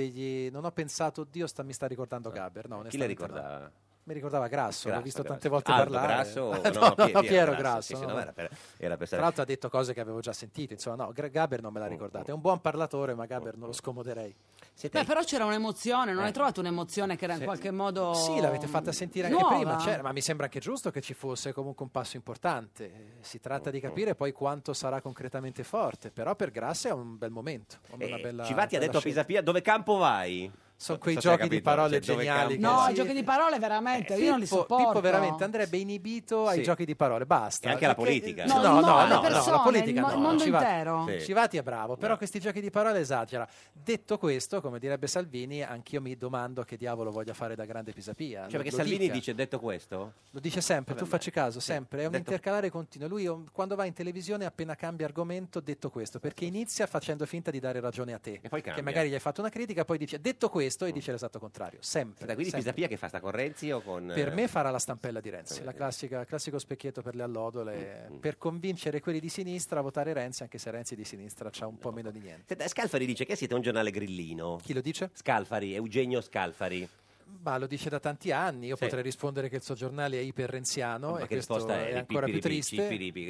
ho pensato, oddio, mi sta ricordando Gaber. No, Chi le onestamente no. ricordava? Mi ricordava Grasso, l'ho visto tante Grasso. volte Aldo parlare. Grasso o no, Piero Grasso? Grasso. Sì, sì, no, no, no. era per Tra l'altro ha detto cose che avevo già sentito, insomma, no, Gaber non me l'ha ricordata. È un buon parlatore, ma Gaber non lo scomoderei. Beh, però c'era un'emozione, non hai trovato un'emozione che era in qualche modo Sì, l'avete fatta sentire anche nuova? prima, ma mi sembra anche giusto che ci fosse comunque un passo importante. Si tratta di capire poi quanto sarà concretamente forte, però per Grasso è un bel momento. Una bella, Civati ha bella detto a scelta. Pisapia: dove campo vai? Sono quei Non so se hai giochi di capito, parole cioè, dove geniali. cambia. No, che- i giochi di parole veramente, io non li sopporto. Pippo veramente andrebbe inibito ai Sì. giochi di parole, basta. E anche alla Perché- politica. No, No, no, il no, mondo, le no, persone, la politica il no. mondo Civati- intero. Sì. Civati è bravo, però questi giochi di parole esagera. Detto questo, come direbbe Salvini, anch'io mi domando che diavolo voglia fare da grande Pisapia. Cioè, perché Lo Salvini dica. dice, detto questo? Lo dice sempre, Vabbè, tu facci caso, sempre, è un detto- intercalare continuo. Lui quando va in televisione appena cambia argomento, detto questo, perché inizia facendo finta di dare ragione a te, E poi che cambia. magari gli hai fatto una critica, poi dice detto questo e dice l'esatto contrario, sempre. Quindi sempre. Pisapia che fa, sta con Renzi o con... Per me farà la stampella di Renzi, il classico specchietto per le allodole, per convincere quelli di sinistra a votare Renzi, anche se Renzi di sinistra c'ha un po' meno di niente. Senta, Scalfari dice che siete un giornale grillino. Chi lo dice? Scalfari, Eugenio Scalfari. Ma lo dice da tanti anni, io Sì. potrei rispondere che il suo giornale è iperrenziano Ma e che questo risposta è è? ancora più triste.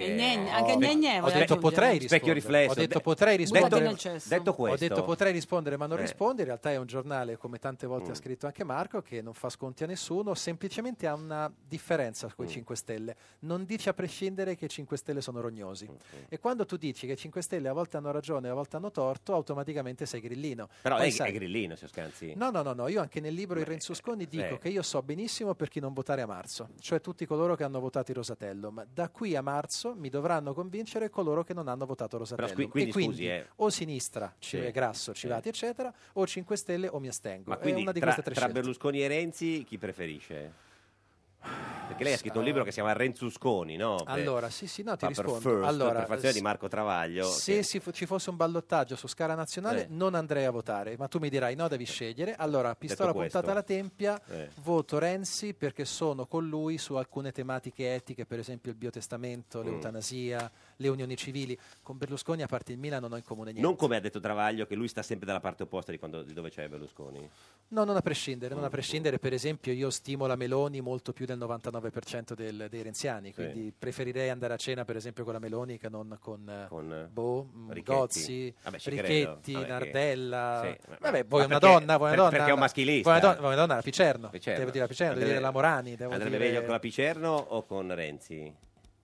Anche Gnè Ho detto potrei Specchio rispondere. riflesso. Ho detto De- potrei rispondere. Buttati nel cesso. Detto questo... Ho detto potrei rispondere ma non Eh. risponde, in realtà è un giornale come tante volte ha scritto anche Marco che non fa sconti a nessuno, semplicemente ha una differenza con i 5 Stelle, non dice a prescindere che i 5 Stelle sono rognosi e quando tu dici che i 5 Stelle a volte hanno ragione e a volte hanno torto automaticamente sei grillino. Però Poi lei sai- è grillino, signor Scanzi. No, io anche nel libro Il Renzusconi dico che io so benissimo per chi non votare a marzo, cioè tutti coloro che hanno votato il Rosatello, ma da qui a marzo mi dovranno convincere coloro che non hanno votato Rosatello. quindi, e quindi scusi, o sinistra, Sì. Grasso, Civati, eccetera, o 5 Stelle o mi astengo. Ma è quindi una di tra, queste tre tra scelte. Berlusconi e Renzi chi preferisce? Perché lei ha scritto un libro che si chiama Renzusconi, no? Allora, sì, no, ti Fa per rispondo. First, Allora, prefazione di Marco Travaglio. Se ci fosse un ballottaggio su scala nazionale non andrei a votare, ma tu mi dirai no, devi scegliere. Allora, pistola Detto questo. puntata alla tempia, Eh. voto Renzi perché sono con lui su alcune tematiche etiche, per esempio il biotestamento, Mm. l'eutanasia, le unioni civili. Con Berlusconi, a parte il Milan, non ho in comune niente. Non come ha detto Travaglio, che lui sta sempre dalla parte opposta di dove c'è Berlusconi. No, non a prescindere, per esempio io stimo la Meloni molto più del 99% dei renziani, quindi preferirei andare a cena per esempio con la Meloni che non con Richetti. Gozzi, Vabbè, ci Ricchetti, credo. Vabbè, Nardella. sì, ma- Vabbè, ma vuoi una perché- donna, vuoi una donna. perché è un maschilista. Vuoi una donna alla Picerno. Picerno. Devo dire la Picerno, devo Andrebbe- dire la Morani. Devo Andrebbe dire... meglio con la Picerno o con Renzi?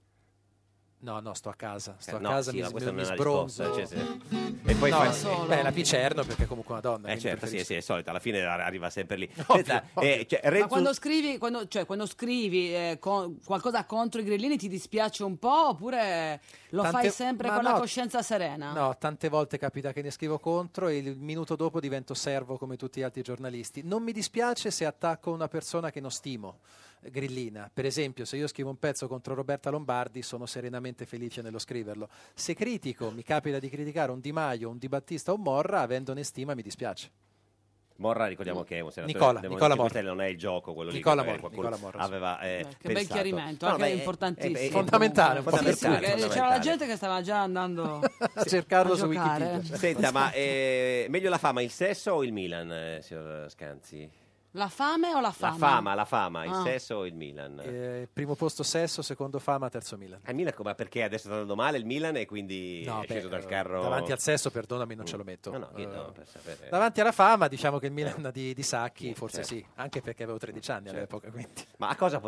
No, sto a casa. Sto a no, casa, sì, mi, ma questa mi non è una sbronzo. risposta, cioè, se- E poi no, fai- la Picerno perché è comunque una donna. quindi certo, sì, è solito, alla fine arriva sempre lì. Ovvio, Senta, ovvio. cioè, Ma Renzu- quando scrivi qualcosa contro i grillini ti dispiace un po' oppure lo fai sempre ma con la no, coscienza serena? No, tante volte capita che ne scrivo contro e il minuto dopo divento servo come tutti gli altri giornalisti. Non mi dispiace se attacco una persona che non stimo, grillina. Per esempio, se io scrivo un pezzo contro Roberta Lombardi, sono serenamente felice nello scriverlo. Se critico, mi capita di criticare un Di Maio, un Di Battista o un Morra, avendone stima mi dispiace. Morra ricordiamo che è un senatore Nicola del Morra. Movimento 5 Stelle, non è il gioco quello Nicola lì che Morra, qualcuno Nicola Morra, sì. aveva Che bel pensato. chiarimento, No, anche ma importantissimo. Fondamentale, Sì, sì, fondamentale. c'era la gente che stava già andando a cercarlo a su giocare. Wikipedia. Senta, ma meglio la fama, il sesso o il Milan, signor Scanzi? La fame o la fama? La fama, il Ah. sesso o il Milan? Primo posto sesso, secondo fama, terzo Milan. Il Milan perché adesso sta andando male il Milan e quindi No, è sceso beh, dal carro? davanti al sesso, perdonami, non ce lo metto. No, chiedo per sapere. Davanti alla fama, diciamo che il Milan di Sacchi, Sì, forse certo. sì, anche perché avevo 13 anni Certo. all'epoca. Quindi. Ma a cosa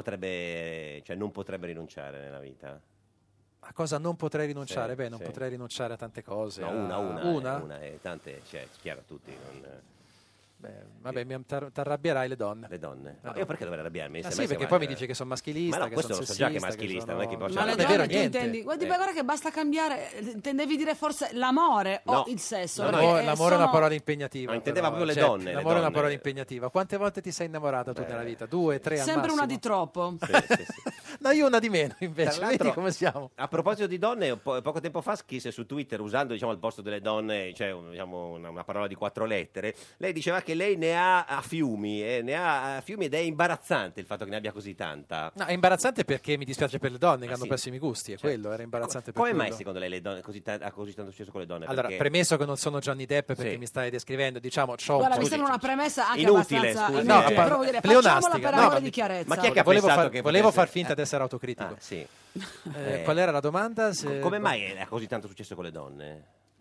non potrebbe rinunciare nella vita? A cosa non potrei rinunciare? Sì, Beh, non sì. potrei rinunciare a tante cose. No, Una? una e tante, cioè, chiaro, tutti. Non... Vabbè, t'arrabbierai le donne. Le donne. No, io perché dovrei arrabbiarmi? Ah, Se sì, mai perché si poi va- mi dice che sono maschilista, Ma no, che questo sono lo so già che è sessista, maschilista, sono- non è che possa... Ma le non è vero donne tu niente. intendi? Guarda, guarda che basta cambiare, intendevi dire forse l'amore No. o il sesso? No, perché l'amore è una sono- parola impegnativa. No, intendeva però, proprio le certo, donne, le L'amore è una donne. parola impegnativa. Quante volte ti sei innamorata tu nella vita? 2, 3 al Sempre massimo? una di troppo. No, io una di meno invece. Tra l'altro, Vedi come siamo? A proposito di donne, poco tempo fa scrisse su Twitter, usando diciamo, al posto delle donne, cioè diciamo, una parola di 4 lettere, lei diceva che lei ne ha a fiumi, ed è imbarazzante il fatto che ne abbia così tanta. No, è imbarazzante perché mi dispiace per le donne che hanno sì. pessimi gusti, è Certo. quello, era imbarazzante per Come quello. mai secondo lei le donne ha così tanto successo con le donne? Allora, Perché- premesso che non sono Johnny Depp perché Sì. mi stai descrivendo, diciamo, c'ho Guarda, un mi po' sembra una premessa anche Inutile, abbastanza scusi. inutile, No, però voglio dire, pleonastica. facciamola per No, amore ma- di chiarezza. ma chi è che ha volevo pensato che volevo potesse- far finta di essere autocritico. Ah, sì. Qual era la domanda? Come mai ha così tanto successo con le donne?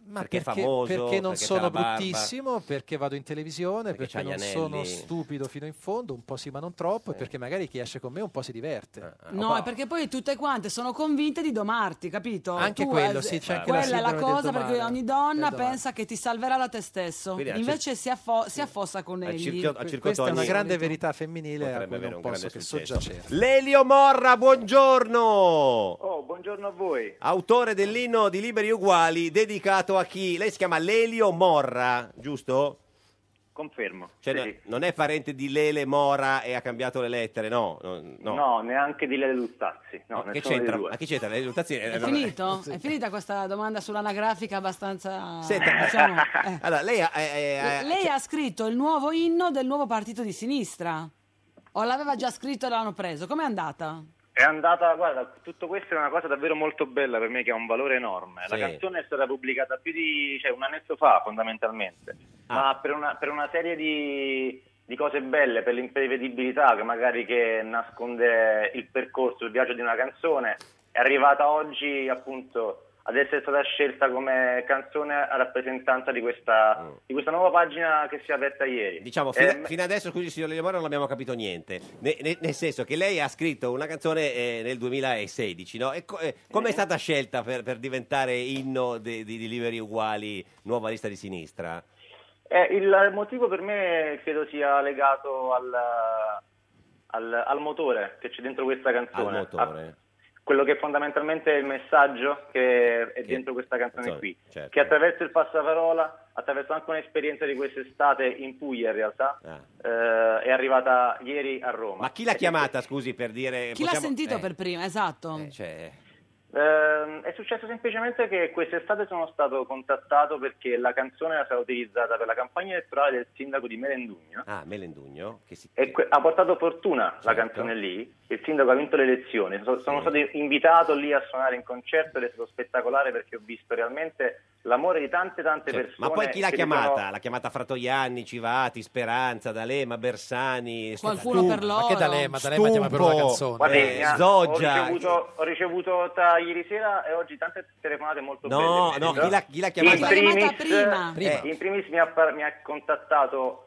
Ma perché è famoso, perché non perché sono c'ha la barba? bruttissimo, perché vado in televisione, Perché perché c'ha gli non sono anelli? stupido fino in fondo, un po' sì ma non troppo, e perché magari chi esce con me un po' si diverte. No, è perché poi tutte quante sono convinte di domarti, capito? Anche quello, sì, c'è anche la quella è la sindrome del cosa per cui domare. ogni donna Del domare. pensa che ti salverà da te stesso. Quindi al Invece si affossa con al egli. circo Questa è una Tony grande verità femminile a potrebbe cui avere non un posso grande che successo. soggiacere. Lelio Morra, buongiorno! Oh, buongiorno a voi. Autore dell'inno di Liberi Uguali, dedicato a chi? Lei si chiama Lelio Morra, giusto? Confermo. Cioè, sì, no- sì. non è parente di Lele Mora e ha cambiato le lettere, no. No, neanche di Lele Luttazzi. No, Che nessuno dei c'entra? due. Ma chi c'entra? Le Luttazzi È finito? È finita questa domanda sull'anagrafica abbastanza... Senta, diciamo, allora, lei Lei ha scritto il nuovo inno del nuovo partito di sinistra? O l'aveva già scritto e l'hanno preso? Com'è andata? È andata, guarda, tutto questo è una cosa davvero molto bella per me, che ha un valore enorme. La Sì. canzone è stata pubblicata più di un annetto fa, fondamentalmente, ma per una serie di cose belle, per l'imprevedibilità che nasconde il percorso, il viaggio di una canzone, è arrivata oggi appunto ad essere stata scelta come canzone a rappresentanza di questa nuova pagina che si è aperta ieri. Diciamo, fino adesso, scusi signor Lelio Mora, non abbiamo capito niente. Nel senso che lei ha scritto una canzone nel 2016, no? E come è stata scelta per diventare inno di Liberi Uguali, nuova lista di sinistra? Il motivo per me credo sia legato al motore che c'è dentro questa canzone. Al motore. Quello che fondamentalmente è il messaggio che è dentro questa canzone qui, certo. che attraverso il passaparola, attraverso anche un'esperienza di quest'estate in Puglia in realtà, è arrivata ieri a Roma. Ma chi l'ha chiamata, scusi, per dire... Chi l'ha sentito per prima? Esatto. È successo semplicemente che quest'estate sono stato contattato perché la canzone era stata utilizzata per la campagna elettorale del sindaco di Melendugno. Ah, Melendugno? Ha portato fortuna la canzone lì, il sindaco ha vinto le elezioni, sono stato invitato lì a suonare in concerto ed è stato spettacolare perché ho visto realmente l'amore di tante persone. Ma poi chi l'ha che chiamata? dicono- L'ha chiamata Fratoianni, Civati, Speranza, D'Alema, Bersani, Qualcuno per loro. Ma che D'Alema chiama per una canzone. Guardi, Zoggia. ho ricevuto tra ieri sera e oggi tante telefonate molto No, belle. no, chi l'ha chiamata? In primis mi ha contattato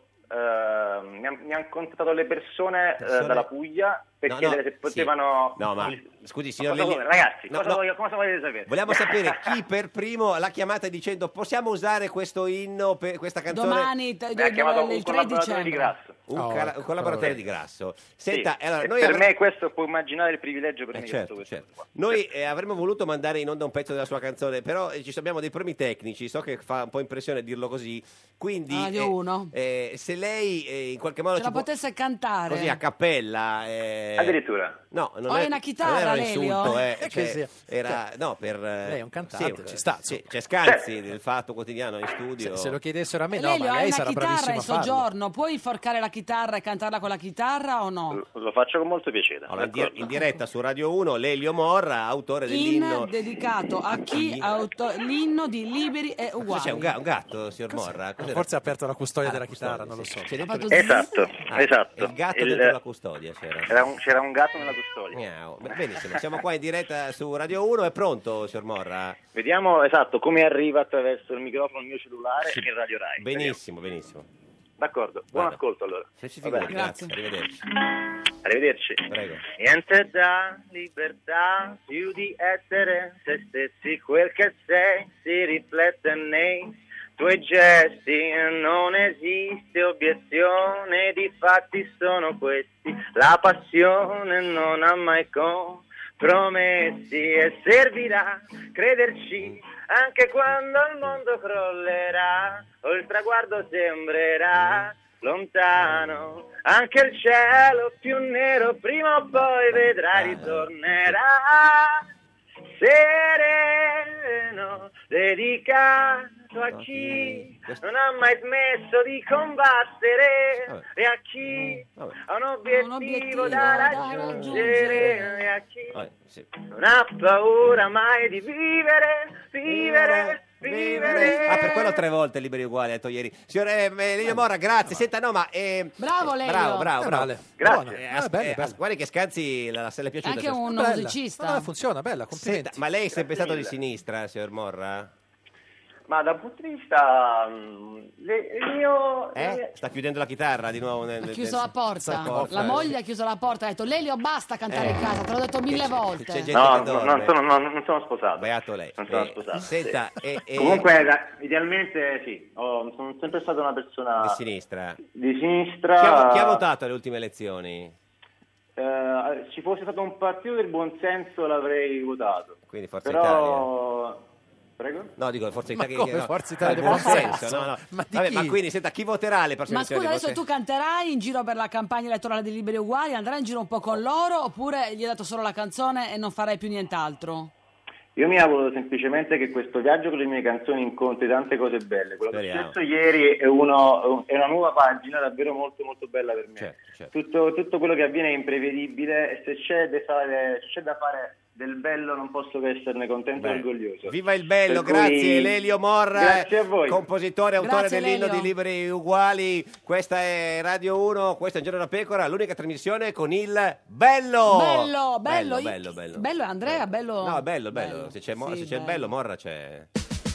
mi hanno contattato le persone dalla Puglia per No, chiedere no, se potevano. No, ma scusi, signor cosa Lelio... vuole, ragazzi, No, cosa volete sapere? Vogliamo sapere chi per primo l'ha chiamata dicendo possiamo usare questo inno, questa canzone? Domani, Mi ha chiamato un il 3 collaboratore di dicembre. Grasso. Un collaboratore di Grasso. Senta, Sì, allora, e noi per me questo può immaginare il privilegio per me. certo, questo qua. Noi avremmo voluto mandare in onda un pezzo della sua canzone, però abbiamo dei problemi tecnici, so che fa un po' impressione dirlo così, quindi Radio 1. se lei in qualche modo Se la ci può- potesse cantare. così a cappella addirittura no, non O è una chitarra, non era un Lelio? insulto, Che cioè, sia. era no per Lei è un cantante, ci sta, sì, c'è Scanzi del Fatto Quotidiano in studio. Se lo chiedessero a me, no, Lelio, ma hai lei una sarà chitarra bravissimo in a farlo. soggiorno, puoi forcare la chitarra e cantarla con la chitarra o no? Lo faccio con molto piacere. Allora, in diretta su Radio 1 Lelio Morra, autore dell'inno. Dedicato a chi l'inno di Liberi e Uguali. C'è un gatto, signor Morra? Cos'era? Forse ha aperto la custodia della chitarra, non lo so. C'è dentro- Esatto. Il gatto dentro la custodia c'era. C'era un gatto nella custodia. Miau. Benissimo, siamo qua in diretta su Radio 1, è pronto, signor Morra? Vediamo come arriva attraverso il microfono il mio cellulare in Radio Rai. Benissimo, benissimo. D'accordo, buon Vado. ascolto allora. Se ci Va figuri, bene. grazie. Arrivederci. Arrivederci. Prego. Niente da libertà più di essere se stessi, quel che sei si riflette nei tuoi gesti, non esiste obiezione, di fatti sono questi, la passione non ha mai compromessi e servirà crederci anche quando il mondo crollerà o il traguardo sembrerà lontano, anche il cielo più nero prima o poi vedrai ritornerà sereno, dedicato a chi non ha mai smesso di combattere e a chi ha un obiettivo da raggiungere e a chi non ha paura mai di vivere. Ah, per quello 3 volte Liberi Uguali, ha detto ieri. Signor Lelio Morra, grazie. Senta, no, ma... Bravo, Lelio. Bravo. Grazie. Guardi che Scanzi se le è piaciuta. Anche un Bella. musicista. No, funziona, bella, complimenti. Senta, ma lei è sempre stato di sinistra, signor Morra? Ma dal punto di vista il mio... Sta chiudendo la chitarra di nuovo. Ha chiuso la porta. La moglie ha chiuso la porta, ha detto Lelio basta cantare in casa, te l'ho detto 1000 volte. No, non sono sposato. Beato lei. Non sono sposato. Senta, Comunque, idealmente sì, sono sempre stata una persona... Di sinistra. Di sinistra. Chi ha votato alle ultime elezioni? Ci fosse stato un partito del buonsenso l'avrei votato. Quindi Forza Italia. Prego? No, dico Forza Italia. Come Forza Italia del buonsenso? No. Ma Vabbè, ma quindi senta, chi voterà le prossime Ma scusa, elezioni? adesso tu canterai in giro per la campagna elettorale di Liberi e Uguali, andrai in giro un po' con loro oppure gli hai dato solo la canzone e non farai più nient'altro? Io mi auguro semplicemente che questo viaggio con le mie canzoni incontri tante cose belle. Quello che è successo ieri è una nuova pagina davvero molto molto bella per me. Certo. Tutto quello che avviene è imprevedibile e se c'è da fare del bello non posso che esserne contento e orgoglioso. Viva il bello, Per grazie cui, Lelio Morra, grazie a voi. compositore, autore Grazie, dell'inno Lelio. di Liberi e Uguali. Questa è Radio 1, questo è Un Giorno da Pecora, l'unica trasmissione con il bello. Bello. Bello. Bello è Andrea, bello. No, bello. Se c'è il bello, Morra c'è.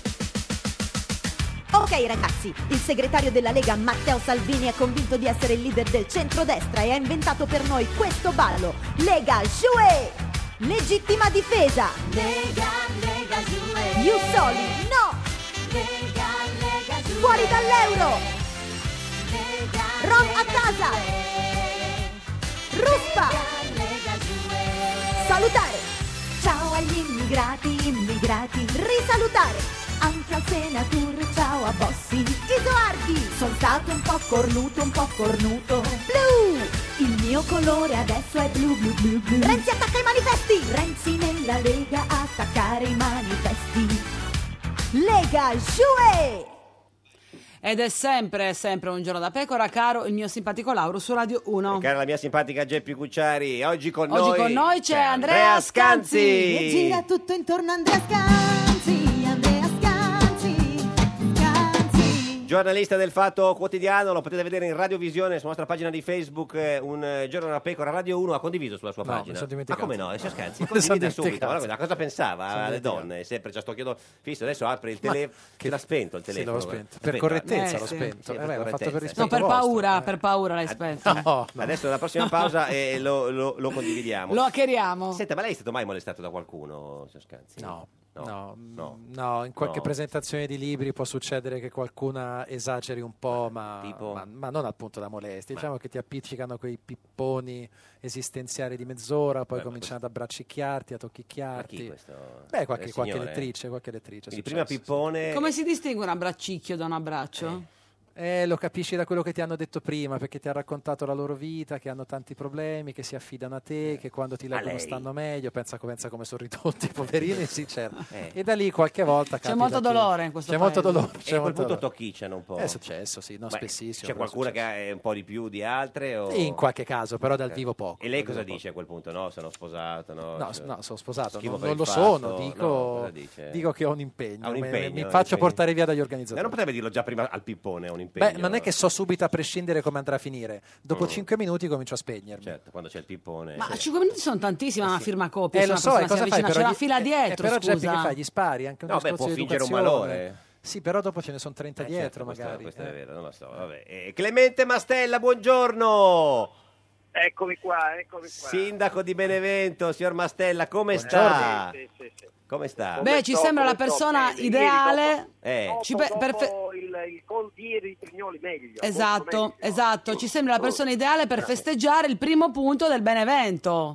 Ok ragazzi, il segretario della Lega Matteo Salvini è convinto di essere il leader del centrodestra e ha inventato per noi questo ballo. Lega Joué! Legittima difesa! Lega Joué! You Soli, no! Lega Joué! Fuori dall'euro! Rom a casa! Ruspa! Salutare! Ciao agli immigrati, Risalutare! anche al senatore, ciao a Bossi. Isoardi! Sono stato un po' cornuto. Blu! Il mio colore adesso è blu. Renzi attacca i manifesti! Renzi nella Lega attaccare i manifesti. Lega Joué! Ed è sempre Un Giorno da Pecora, caro il mio simpatico Lauro su Radio 1. Cara la mia simpatica Geppi Cucciari, oggi con noi c'è Andrea Scanzi. E gira tutto intorno a Andrea Scanzi. Giornalista del Fatto Quotidiano, lo potete vedere in radiovisione sulla nostra pagina di Facebook. Un Giorno da Pecora, Radio 1 ha condiviso sulla sua pagina. Mi sono dimenticato. Ma come no? Signor Scanzi, Mi sono condivide subito. dimenticato. Guarda, cosa pensava alle donne? Sempre già sto chiedo fisso, adesso apre il telefono. Che l'ha spento il telefono. Sì, l'ho spento. Per correttezza l'ho spento. L'ho fatto per rispetto No, per vostro. per paura l'hai spento. No. Adesso la prossima pausa lo condividiamo. Lo hackeriamo. Senta, ma lei è stato mai molestato da qualcuno, signor Scanzi? No, in qualche presentazione di libri può succedere che qualcuna esageri un po', ma non al punto da molestia. Diciamo che ti appiccicano quei pipponi esistenziali di mezz'ora, poi cominciano ad abbraccicchiarti, a tocchicchiarti. Qualche elettrice. Quindi prima pippone. Come si distingue un abbraccicchio da un abbraccio? Lo capisci da quello che ti hanno detto prima, perché ti ha raccontato la loro vita, che hanno tanti problemi, che si affidano a te, che quando ti leggono stanno meglio, pensa come sono ridotti i poverini, sì, certo. E da lì qualche volta c'è molto dolore in questo paese. molto dolore. E a quel punto tocchicciano un po'. È successo, sì, spessissimo. C'è qualcuna che ha un po' di più di altre? O... In qualche caso, però dal vivo poco. E lei cosa dice a quel punto? No, sono sposato. No, sono sposato, non non lo sono, dico che ho un impegno. Mi faccio portare via dagli organizzatori. Ma non potrebbe dirlo già prima al pippone, un impegno? Non è che so subito a prescindere come andrà a finire. Dopo 5 minuti comincio a spegnermi. Certo, quando c'è il pippone. Ma 5 minuti sono tantissimi, una firma copia. Lo so, cosa fai? C'è una fila dietro, però scusa. Geppi, che fai? Gli spari? Anche un discorso può di fingere un educazione. malore. Sì, però dopo ce ne sono 30 dietro, certo, magari. Questo è vero, non lo so. Vabbè. Clemente Mastella, buongiorno. Eccomi qua. Sindaco di Benevento, signor Mastella, come sta? Sì. Come sta? Beh, ci sembra la persona ideale. Dopo il gol di ieri di Prignoli meglio. Esatto. Ci sembra la persona ideale per festeggiare il primo punto del Benevento.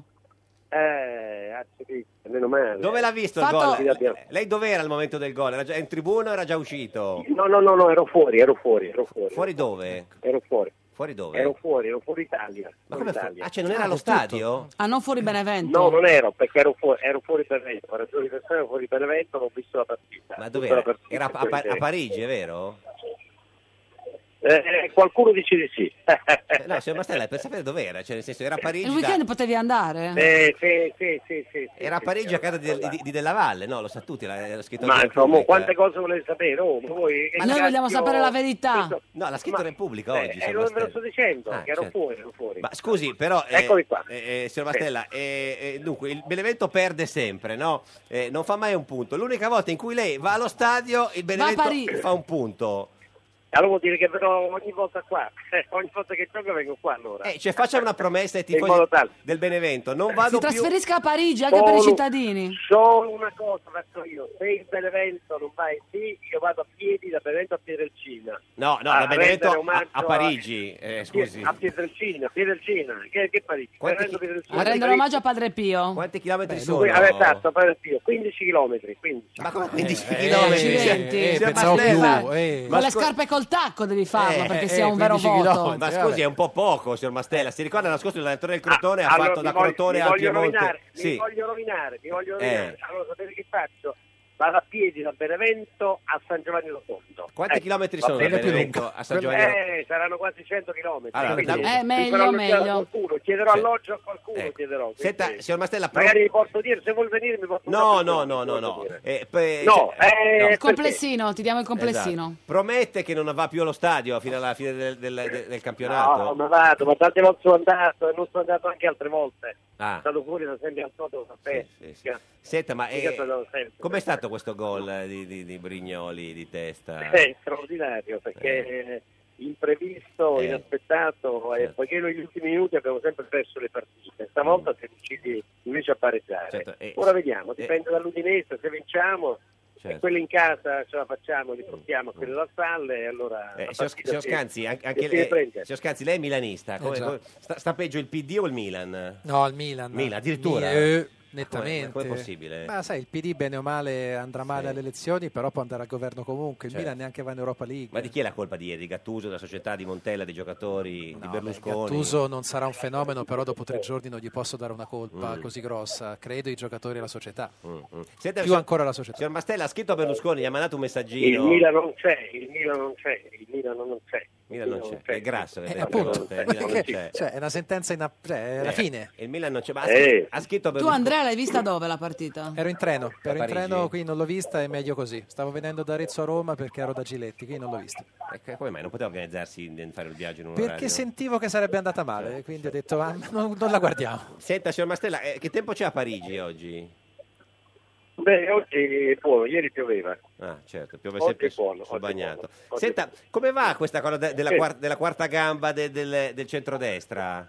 Meno male. Dove l'ha visto il gol? Lei dov'era al momento del gol? Era già in tribuna o era già uscito? No, ero fuori. Fuori dove? Ero fuori. Fuori dove? Ero fuori Italia. Ma come fuori? Non era allo stadio? Non fuori Benevento? No, non ero, perché ero fuori Benevento. Per ragioni personali ero fuori Benevento, non ho visto la partita. Ma dove era? Era a Parigi, è vero? Qualcuno dice di sì. No, signor Mastella, per sapere dov'era, cioè nel senso era a Parigi. Il weekend potevi andare? Sì. Era a Parigi a casa di Della Valle, no? Lo sa tutti, l'ha scritto Ma anche insomma, Repubblica. quante cose volete sapere? Ma noi vogliamo sapere la verità. No, l'ha scritto Repubblica oggi. signor Ve lo Mastella. sto dicendo, che ero certo. fuori. Ma scusi, però, Eccomi qua. signor Mastella, dunque il Benevento perde sempre, no? Non fa mai un punto. L'unica volta in cui lei va allo stadio, il Benevento fa un punto. Allora vuol dire che verrò ogni volta qua. Ogni volta che gioco vengo qua allora. Cioè faccia una promessa ai In tifosi modo tale. del Benevento. Non vado Si più. trasferisca a Parigi anche per i cittadini. Solo una cosa faccio io, se il Benevento non va in sì, io vado a piedi da Benevento a Pietrelcina. No, da Benevento a Parigi, scusi. A Pietrelcina, che Parigi? A rendere omaggio a Padre Pio. Quanti chilometri sono? Esatto, Padre Pio, 15 chilometri. 15. Ma come 15 chilometri? accidenti. Pensavo più. Con le scarpe col tacco devi farlo perché sia un vero voto. Ma scusi, è un po' poco, signor Mastella. Si ricorda l'anno scorso l'allenatore del Crotone ha fatto da Crotone al Piemonte? Mi voglio rovinare. Allora sapete che faccio? Vado a piedi da Benevento a San Giovanni Rotondo. Quanti chilometri sono da Benevento a San Giovanni Rotondo? Saranno quasi 100 chilometri. Allora, meglio. Chiederò alloggio a qualcuno, chiederò. Senta, signor Mastella, magari mi porto dire, se vuol venire mi porto No. Complessino, ti diamo il complessino. Esatto. Promette che non va più allo stadio fino alla fine del campionato? No, ma vado, ma tante volte sono andato e non sono andato anche altre volte. Ah. Sono stato fuori da sempre al sodo da pesca. Senta, ma com'è stato questo gol di Brignoli di testa? È straordinario perché imprevisto, inaspettato, e poiché negli ultimi minuti abbiamo sempre perso le partite, stavolta siamo riusciti invece a pareggiare. Certo, ora vediamo, dipende dall'Udinese, se vinciamo e quelli in casa ce la facciamo, li portiamo a quelli da Stalle e allora signor Scanzi, anche signor Scanzi, lei è milanista, sta peggio il PD o il Milan? No, il Milan. Addirittura? Nettamente. Come è possibile? Ma sai, il PD bene o male andrà male alle elezioni, però può andare al governo comunque. Il Milan neanche va in Europa League. Ma di chi è la colpa di ieri? Di Gattuso, della società, di Montella, dei giocatori, di Berlusconi? Gattuso non sarà un fenomeno, però dopo 3 giorni non gli posso dare una colpa così grossa. Credo i giocatori e la società. Senta, Più ancora la società. Signor Mastella ha scritto a Berlusconi, gli ha mandato un messaggino. Il Milan non c'è. È grasso. Appunto, cioè, è una sentenza alla fine. Il Milan non c'è. Ma ha scritto a Tu Berlusconi. Andrea l'hai vista dove la partita? Ero in treno, Parigi. qui non l'ho vista, è meglio così. Stavo venendo da Arezzo a Roma perché ero da Giletti, qui non l'ho vista. Come mai non poteva organizzarsi di fare il viaggio in un Perché orario? sentivo che sarebbe andata male, quindi ho detto non la guardiamo. Senta, signor Mastella, che tempo c'è a Parigi oggi? Beh, oggi è buono, ieri pioveva. Ah, certo, piove Oggi sempre è buono, sul oggi è bagnato. buono. Senta, come va questa cosa della quarta gamba del centrodestra?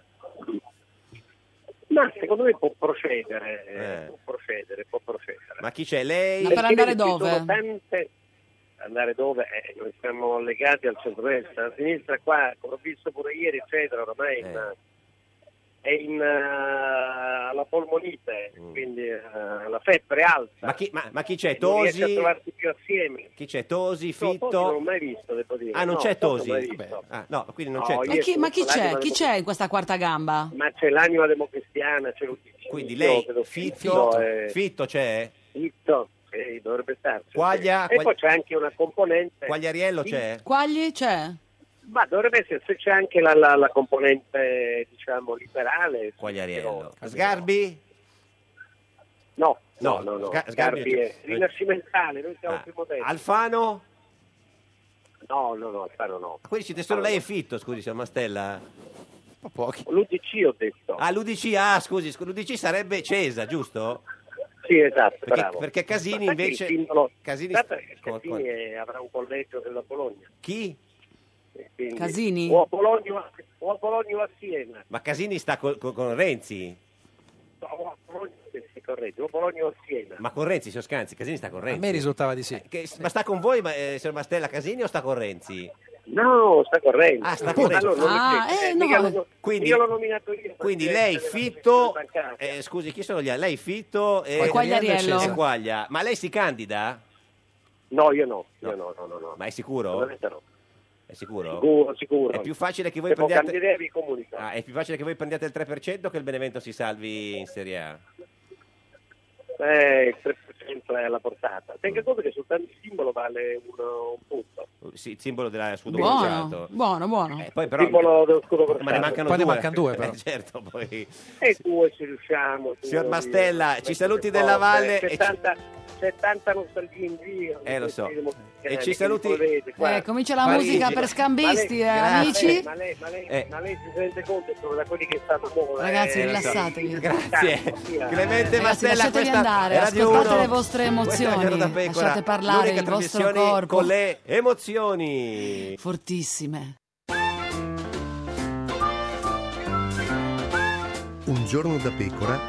Ma secondo me può procedere, può procedere. Ma chi c'è? Lei? Ma per andare Ci sono dove? Andare dove? Noi siamo legati al centro-destra, la sinistra qua, come ho visto pure ieri, eccetera, ormai è la polmonite, quindi la febbre alta. Ma chi c'è? Non riesce a Tosi? trovarsi più assieme. Chi c'è? Tosi, No, Fitto? Tosi non l'ho mai visto, devo dire. Ah, non No, c'è Tosi Tosi? non l'ho mai visto. No, quindi non No, c'è io Tosi. Ma chi c'è? l'anima Chi c'è in questa quarta gamba? Ma c'è l'anima democristiana, c'è l'UDC. Quindi lei, Fitto c'è? Fitto, sì, dovrebbe starci. Quaglia? E poi c'è anche una componente. Quagliariello c'è? Quagli c'è? Ma dovrebbe essere, se c'è anche la componente, diciamo, liberale. Quagliariello. Sgarbi? No. Sgarbi è rinascimentale, noi siamo al primo tempo. Alfano? No, Alfano no. Quindi siete solo lei e Fitto, scusi, signor Mastella? Un po' pochi. L'UDC ho detto. Ah, l'UDC, scusi, l'UDC sarebbe Cesa, giusto? Sì, esatto, bravo. Perché Casini Ma invece... Casini avrà un collegio della Bologna. Chi? Quindi, Casini? O a Bologna o a Siena. Ma Casini sta con Renzi? No, o a Bologna, sì, corretto, o a Bologna o a Siena. Ma con Renzi, signor Scanzi, Casini sta con Renzi? A me risultava di sì. Ma sta con voi, signor Mastella, Casini o sta con Renzi? No, sta con Renzi. Ah, sta con Renzi. Allora, quindi, io l'ho nominato io. Quindi lei, Fitto, scusi, chi sono gli altri? Lei, Fitto e Quagliariello. E Quaglia. Ma lei si candida? No, io no. Ma è sicuro? Ovviamente no. È sicuro? Sicuro. È più facile che voi Se prendiate... vi comunico. è più facile che voi prendiate il 3% che il Benevento si salvi in Serie A? Il 3% sempre alla portata. Tenga conto che soltanto il simbolo vale un punto. Sì, il simbolo dello scudo Buono, crociato. buono. Poi però, Il simbolo dello scudo crociato. ma ne mancano Poi due. ne mancano due, però. Certo, poi. E due ci riusciamo. Signor Mastella, ci saluti della Valle. C'è tanta nostalgia in giro. Lo so. E ci saluti. Comincia la musica per scambisti, amici. Ma lei si rende conto da quelli che stanno muovendo. Ragazzi, rilassatevi. Grazie. Clemente Ragazzi, Mastella, lasciatevi questa andare, è Radio ascoltate 1. le vostre emozioni, lasciate parlare l'unica il vostro trasmissione corpo. con le emozioni Fortissime. Un giorno da pecora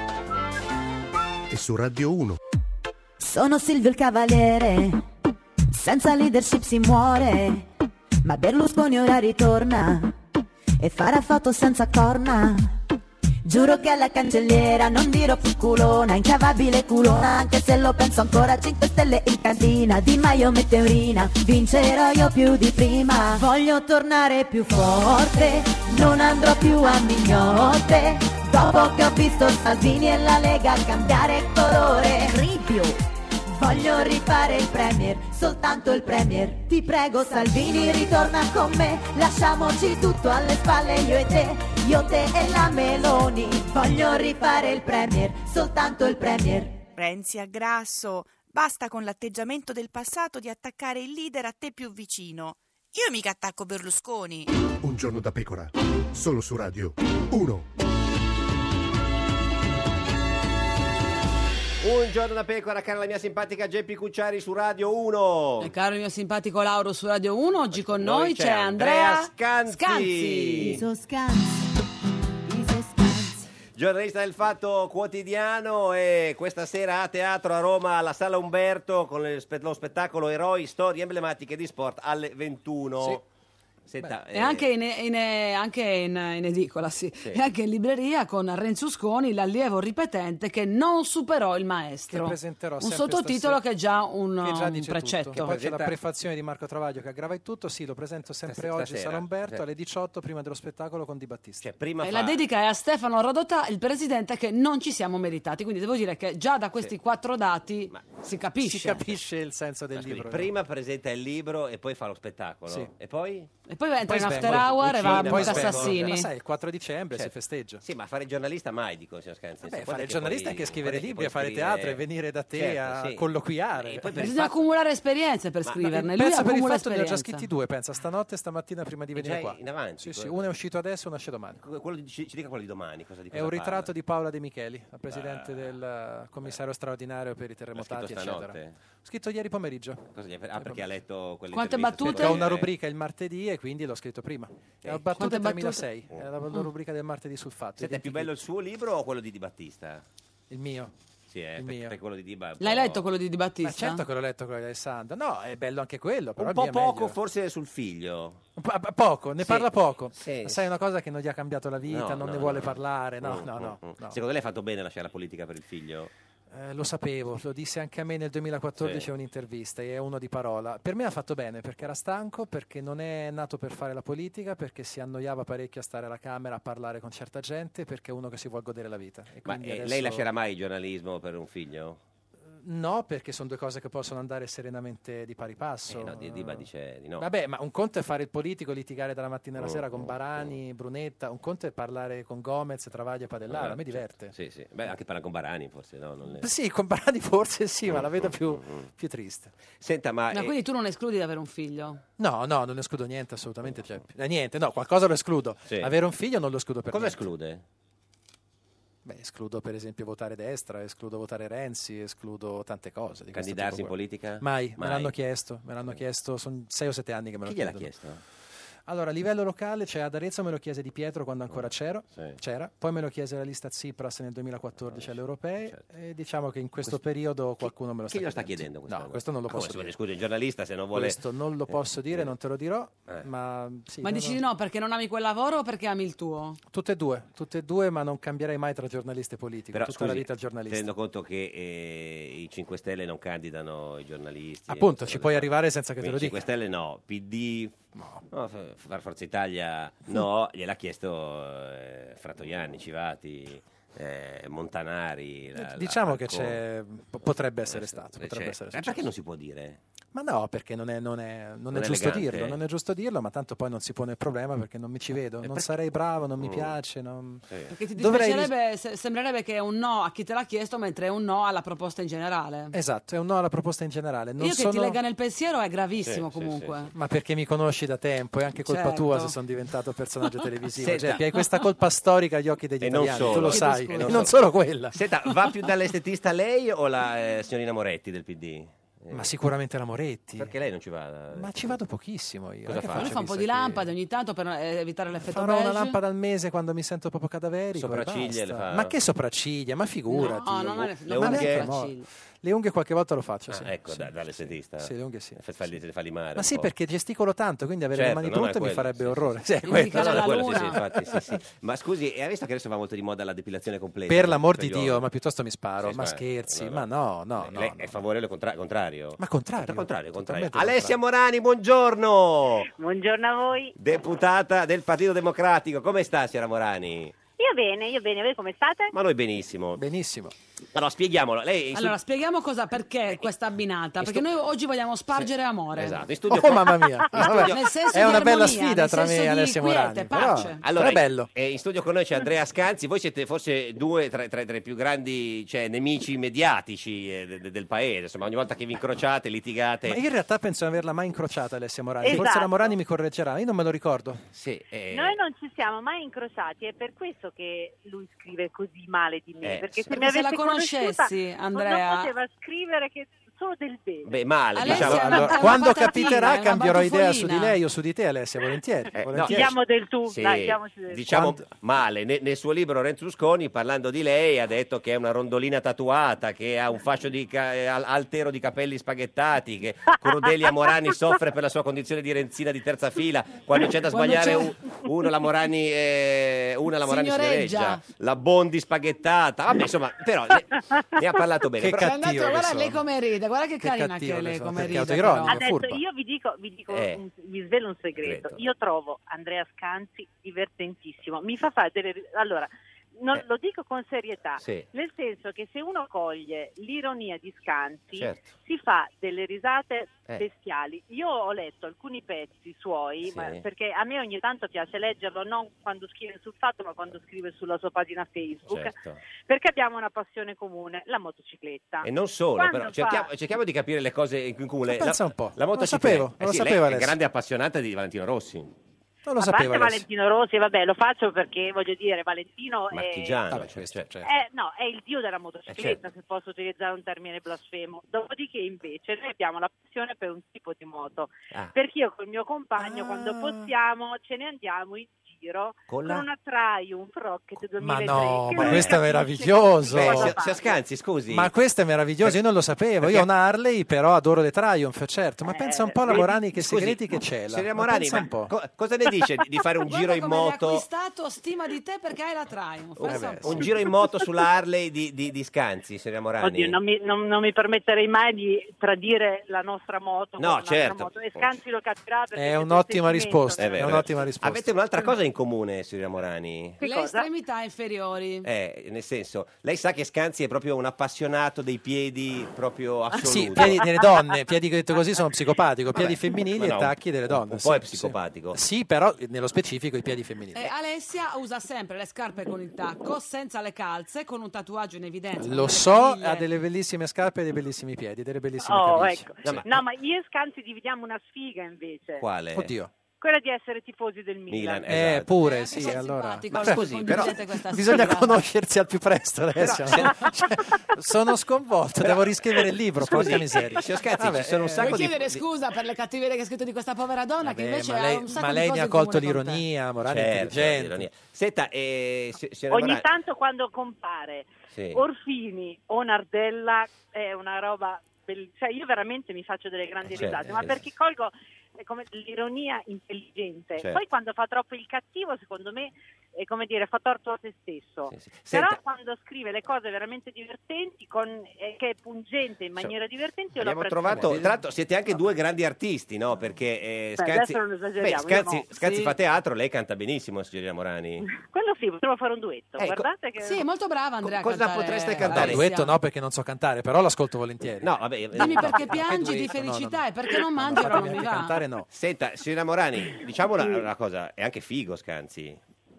e su Radio 1. Sono Silvio il Cavaliere, senza leadership si muore, ma Berlusconi ora ritorna e farà foto senza corna. Giuro che alla cancelliera non dirò più culona, incavabile culona, anche se lo penso ancora. 5 stelle in cantina, Di Maio meteorina, vincerò io più di prima. Voglio tornare più forte, non andrò più a mignotte, dopo che ho visto Salvini e la Lega cambiare colore. Ripio. Voglio rifare il premier, soltanto il premier. Ti prego Salvini, ritorna con me, lasciamoci tutto alle spalle, io te e la Meloni. Voglio rifare il premier, soltanto il premier. Renzi a grasso, basta con l'atteggiamento del passato di attaccare il leader a te più vicino. Io mica attacco Berlusconi. Un giorno da pecora, solo su Radio 1. Un giorno da pecora, cara la mia simpatica Geppi Cucciari su Radio 1. E caro il mio simpatico Lauro su Radio 1, oggi con noi c'è Andrea Scanzi. Iso Scanzi. Giornalista del Fatto Quotidiano, e questa sera a teatro a Roma alla Sala Umberto con lo spettacolo Eroi, storie emblematiche di sport alle 21. Sì. Senta, E anche in edicola, sì. E anche in libreria con Renzo Usconi, l'allievo ripetente che non superò il maestro. Che presenterò un sempre sottotitolo stasera, che è già un dice precetto. tutto. Che poi c'è la prefazione di Marco Travaglio che aggrava il tutto. Sì, lo presento sempre oggi a Sala Umberto alle 18 prima dello spettacolo con Di Battista. E la dedica è a Stefano Rodotà, il presidente che non ci siamo meritati. Quindi devo dire che già da questi 4 dati si capisce. Si capisce il senso del libro. Prima presenta il libro e poi fa lo spettacolo. Sì. E poi entra in after hour e va a Monte Assassini. Ma sai, il 4 dicembre si festeggia. Sì, ma fare giornalista mai, dico, signor Scanzi. Fare il giornalista è anche scrivere libri, a fare teatro e venire da te a colloquiare. Bisogna accumulare esperienze per scriverne. Lui pensa per il accumula fatto ne ho già esperienza. scritti 2, pensa, stanotte e stamattina prima di venire qua. In avanti. Sì, uno è uscito adesso e uno esce domani. Ci dica quello di domani. Cosa È un ritratto di Paola De Micheli, la presidente del commissario straordinario per i terremotati, eccetera. Ho scritto ieri pomeriggio. Perché ha letto quelle Quante battute? Ho una rubrica il martedì e quindi l'ho scritto prima. Ho battute Quante 3006, è la rubrica del martedì sul Fatto. Senta, è più bello il suo libro o quello di Di Battista? Il mio. Sì, perché quello di Di Battista. L'hai letto quello di Di Battista? Ma certo che l'ho letto quello di Alessandro. No, è bello anche quello, però Un po' poco forse sul figlio. Poco, ne parla poco. Sì. Ma sai, è una cosa che non gli ha cambiato la vita, non ne vuole parlare. No. Secondo lei ha fatto bene a lasciare la politica per il figlio? Lo sapevo, lo disse anche a me nel 2014 in un'intervista, e è uno di parola. Per me ha fatto bene perché era stanco, perché non è nato per fare la politica, perché si annoiava parecchio a stare alla Camera a parlare con certa gente, perché è uno che si vuole godere la vita. E Ma adesso... lei lascerà mai il giornalismo per un figlio? No, perché sono due cose che possono andare serenamente di pari passo. No, Diba dice di no. Vabbè, ma un conto è fare il politico, litigare dalla mattina alla sera con Barani, Brunetta, un conto è parlare con Gomez, Travaglio e Padellaro, a me diverte. Sì. Beh, anche parlare con Barani forse, no? Sì, con Barani forse sì, ma la vedo più triste. Senta, ma quindi tu non escludi di avere un figlio? No, non escludo niente, assolutamente. Niente, no, qualcosa lo escludo. Sì. Avere un figlio non lo escludo per Cosa niente. esclude? Beh, escludo per esempio votare destra, escludo votare Renzi, escludo tante cose. Di questo Candidarsi tipo in politica? Mai, me l'hanno chiesto, sono 6 o 7 anni che me lo Chi gliel'ha chiedono. chiesto? Allora, a livello locale, ad Arezzo me lo chiese Di Pietro quando ancora c'era, poi me lo chiese la lista Tsipras nel 2014 alle europee, e diciamo che in questo periodo qualcuno me lo sta Chi glielo chiedendo. sta chiedendo? No, questo non lo posso dire. Scusi, il giornalista se non vuole... Questo non lo posso dire, non te lo dirò, ma sì. Ma dici di no perché non ami quel lavoro o perché ami il tuo? Tutte e due, ma non cambierei mai tra giornalista e politico, Però, tutta la scusi, vita al giornalista. tenendo conto che i 5 Stelle non candidano i giornalisti... Appunto, ci puoi arrivare senza che te lo dica. 5 Stelle no, PD... No, Forza Italia no, gliel'ha chiesto Frattoianni, Civati... Montanari. Diciamo che potrebbe essere stato. Perché non si può dire? Ma no, perché non è giusto dirlo, non è giusto dirlo, ma tanto poi non si pone il problema perché non mi ci vedo, non sarei bravo, non mi piace. Perché ti dispiacerebbe, sembrerebbe che è un no a chi te l'ha chiesto, mentre è un no alla proposta in generale. Esatto, è un no alla proposta in generale. Che ti legga nel pensiero è gravissimo comunque. Sì. Ma perché mi conosci da tempo, è anche colpa tua se sono diventato personaggio televisivo. Cioè, hai questa colpa storica agli occhi degli italiani, tu lo sai, e non solo quella. Senta, va più dall'estetista lei o la signorina Moretti del PD? Ma sicuramente la Moretti. Perché lei non ci va? Ma ci vado pochissimo io. Cosa fa? Lui fa un po' di lampade ogni tanto per evitare l'effetto Farò beige. una lampada al mese quando mi sento proprio cadaverico. Sopracciglia le fa? Ma che sopracciglia? Ma figurati. No, non è le unghie? Le unghie qualche volta lo faccio, sì. Ecco, sì, dall'estetista. Sì, le unghie sì. Fa limare. Ma sì, perché gesticolo tanto, quindi avere le mani brutte mi farebbe orrore. Sì, sì. Ma scusi, hai visto che adesso va molto di moda la depilazione completa? Per l'amor di Dio, ma piuttosto mi sparo. Ma scherzi, ma no. Lei è favorevole o contrario? Ma contrario. Alessia Morani, buongiorno. Buongiorno a voi. Deputata del Partito Democratico. Come sta, signora Morani? Io bene, voi come state? Ma noi benissimo. Benissimo. Allora, spieghiamolo. Allora, spieghiamo perché questa abbinata. Perché noi oggi vogliamo spargere amore. Esatto. In studio mamma mia. Nel senso è una bella armonia, sfida tra me e Alessia Morani. Pace. Allora, è bello. In studio con noi c'è Andrea Scanzi. Voi siete forse due tra i più grandi nemici mediatici del paese. Insomma, ogni volta che vi incrociate, litigate. Ma in realtà penso di averla mai incrociata Alessia Morani. Esatto. Forse la Morani mi correggerà. Io non me lo ricordo. Sì. Noi non ci siamo mai incrociati. È per questo che lui scrive così male di me. Perché se mi se la avesse conoscessi, Andrea, non poteva scrivere che solo del bene. Beh, male, Alessia diciamo. Allora, quando capiterà una cambierò idea su di batufolina. lei o su di te, Alessia, volentieri. Diamo del tu, Sì, dai, diamoci del tu. diciamo male. Nel suo libro Renzo Rusconi, parlando di lei, ha detto che è una rondolina tatuata, che ha un fascio altero di capelli spaghettati, che Cordelia Morani soffre per la sua condizione di renzina di terza fila. Quando c'è da sbagliare una la Morani signoreggia. La Bondi spaghettata. Vabbè, insomma, però ne ha parlato bene. Che Però, cattivo guarda che lei sono. come ride, guarda che carina cattivo anche lei che sono, come perché ride. autoironico. però. Furba. Adesso io vi svelo un segreto. Io trovo Andrea Scanzi divertentissimo. Mi fa fare allora, lo dico con serietà, nel senso che se uno coglie l'ironia di Scanzi, si fa delle risate bestiali. Io ho letto alcuni pezzi suoi, perché a me ogni tanto piace leggerlo, non quando scrive sul Fatto, ma quando scrive sulla sua pagina Facebook, perché abbiamo una passione comune, la motocicletta. E non solo, però cerchiamo di capire le cose in comune. Pensa un po'. La motocicletta. Non lo sapevo lei è grande appassionata di Valentino Rossi. Non lo a sapevo. parte Valentino Rossi, vabbè, lo faccio perché voglio dire, Valentino Marchigiano, è il dio della motocicletta, se posso utilizzare un termine blasfemo. Dopodiché invece noi abbiamo la passione per un tipo di moto, perché io col mio compagno quando possiamo ce ne andiamo in giro con una Triumph Rocket 2003. Ma no, ma questo è meraviglioso. Sia Scanzi, scusi. Ma questo è meraviglioso, io non lo sapevo. Io ho una Harley, però adoro le Triumph, certo. Ma pensa un po' alla Morani che segreti che c'è. Signora Morani, un po'. cosa ne dice di fare un giro in moto? Hai acquistato stima di te perché hai la Triumph. Un giro in moto sulla Harley di Scanzi, signora Morani. Oddio, non mi permetterei mai di tradire la nostra moto. No, certo. Moto. E Scanzi lo capirà perché È un'ottima risposta. È un'ottima risposta. Avete un'altra cosa in comune, signora Morani? Le estremità inferiori. Nel senso, lei sa che Scanzi è proprio un appassionato dei piedi proprio assoluto. Sì, piedi delle donne, piedi che detto così sono psicopatico, piedi femminili e tacchi delle donne. Un po' è psicopatico. Sì, però nello specifico i piedi femminili. Alessia usa sempre le scarpe con il tacco, senza le calze, con un tatuaggio in evidenza. Lo so, ha delle bellissime scarpe e dei bellissimi piedi, delle bellissime camicie. Ecco. No, ma io e Scanzi dividiamo una sfiga invece. Quale? Oddio. Quella di essere tifosi del Milan. Esatto. Pure, sì, allora. Ma scusi, però bisogna conoscersi al più presto adesso. Sono sconvolto, devo riscrivere il libro, porca miseria. Scanzi, ci sono un sacco Vuoi chiedere scusa per le cattiverie che ha scritto di questa povera donna che invece ha un sacco ma di lei cose ne ha in colto comune con te. l'ironia, Morani è intelligente. Senta, ogni tanto quando compare Orfini o Nardella è una roba cioè io veramente mi faccio delle grandi risate, ma perché colgo come l'ironia intelligente. Poi quando fa troppo il cattivo, secondo me come dire, fa torto a se stesso. Però quando scrive le cose veramente divertenti, che è pungente in maniera divertente, io lo apprezzo. Abbiamo trovato, tra l'altro siete anche due grandi artisti, no? Perché Scanzi, adesso non esageriamo, Scanzi fa teatro, lei canta benissimo, signorina Morani. Quello sì, potremmo fare un duetto. Guardate che... Sì, è molto brava Andrea. Cosa potreste cantare? Un duetto no, perché non so cantare, però l'ascolto volentieri. No, vabbè, dimmi perché piangi di felicità e perché non mangi, ora non mi va. Cantare no. Senta, signorina Morani, diciamo una cosa, è anche figo Scanzi.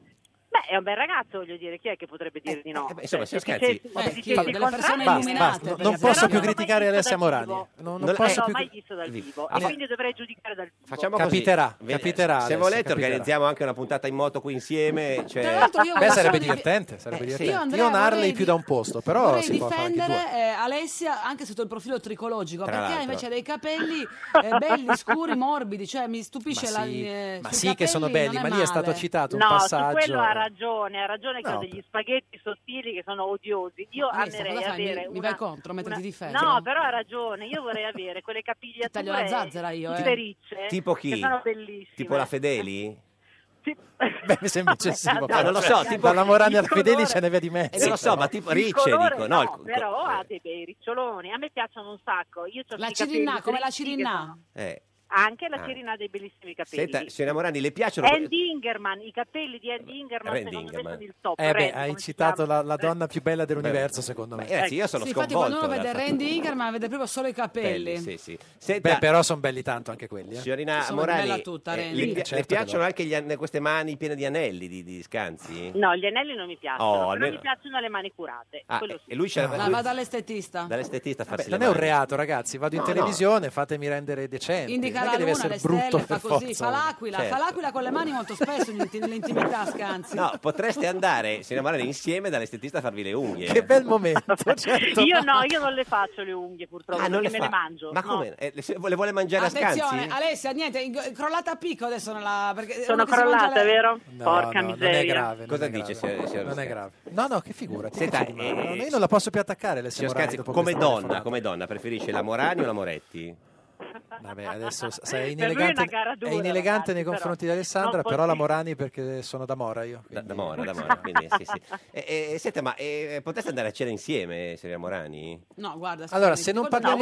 È un bel ragazzo, voglio dire, chi è che potrebbe dire di no? Insomma, se Scanzi... delle persone illuminate. Basta. Non posso più criticare Alessia Morani. Non l'ho mai visto dal vivo e quindi dovrei giudicare dal vivo. Facciamo capiterà. Se volete organizziamo anche una puntata in moto qui insieme. Sarebbe divertente. Io non Harley più da un posto, però vorrei si può fare anche difendere Alessia anche sotto il profilo tricologico, perché invece ha dei capelli belli, scuri, morbidi, cioè mi stupisce ma sì che sono belli, ma lì è stato citato un passaggio. Su quello ha ragione che ho degli spaghetti sottili che sono odiosi. Io amerei avere mi vai contro mentre ti difendi? No, però ha ragione, io vorrei avere quelle capigliature taglio la zazzera io, ricce, tipo chi? che sono bellissime. Tipo la Fedeli? Beh, mi sembra eccessivo. No, non lo so, tipo dalla Morani al Fedeli ce ne via di mezzo. Non lo so, ma tipo ricce dico, no, però ha dei bei riccioloni, a me piacciono un sacco. Io la Cirinà, come la Cirinà. Anche la Cirinà ha dei bellissimi capelli. Senta, signora Morani, le piacciono? Andy Ingerman, i capelli di Andy Ingerman secondo me sono il top. Hai citato la donna più bella dell'universo, secondo me. Ragazzi, io sono sconvolto. Infatti quando uno vede Randy Ingerman vede proprio solo i capelli. Sì. Senta, beh, però sono belli tanto anche quelli. Signorina Morani, le piacciono anche queste mani piene di anelli di Scanzi? No, gli anelli non mi piacciono, però mi piacciono le mani curate. E lui ce la va dall'estetista. Dall'estetista a farsi non è un reato, ragazzi, vado in televisione, fatemi rendere decente. Indica la luna, fa così, fa l'aquila con le mani molto spesso nell'intimità, Scanzi. No, potreste andare, signora Morani, insieme dall'estetista a farvi le unghie. Che bel momento, certo. Io non le faccio le unghie purtroppo, perché me le mangio. Ma come? Le vuole mangiare a Scanzi? Attenzione, Alessia, niente, crollata a picco adesso perché sono crollata, vero? Porca miseria. Non è grave. Cosa dice, signora? Non è grave. No, che figurati. Senta, io non la posso più attaccare, Alessia Morani. Come donna, preferisce la Morani o la Moretti? Vabbè, adesso è inelegante nei confronti di Alessandra, però la Morani perché sono da Mora io. Da Mora, quindi sì. Senta, ma potreste andare a cena insieme, signora Morani? No, guarda. Allora, se non parliamo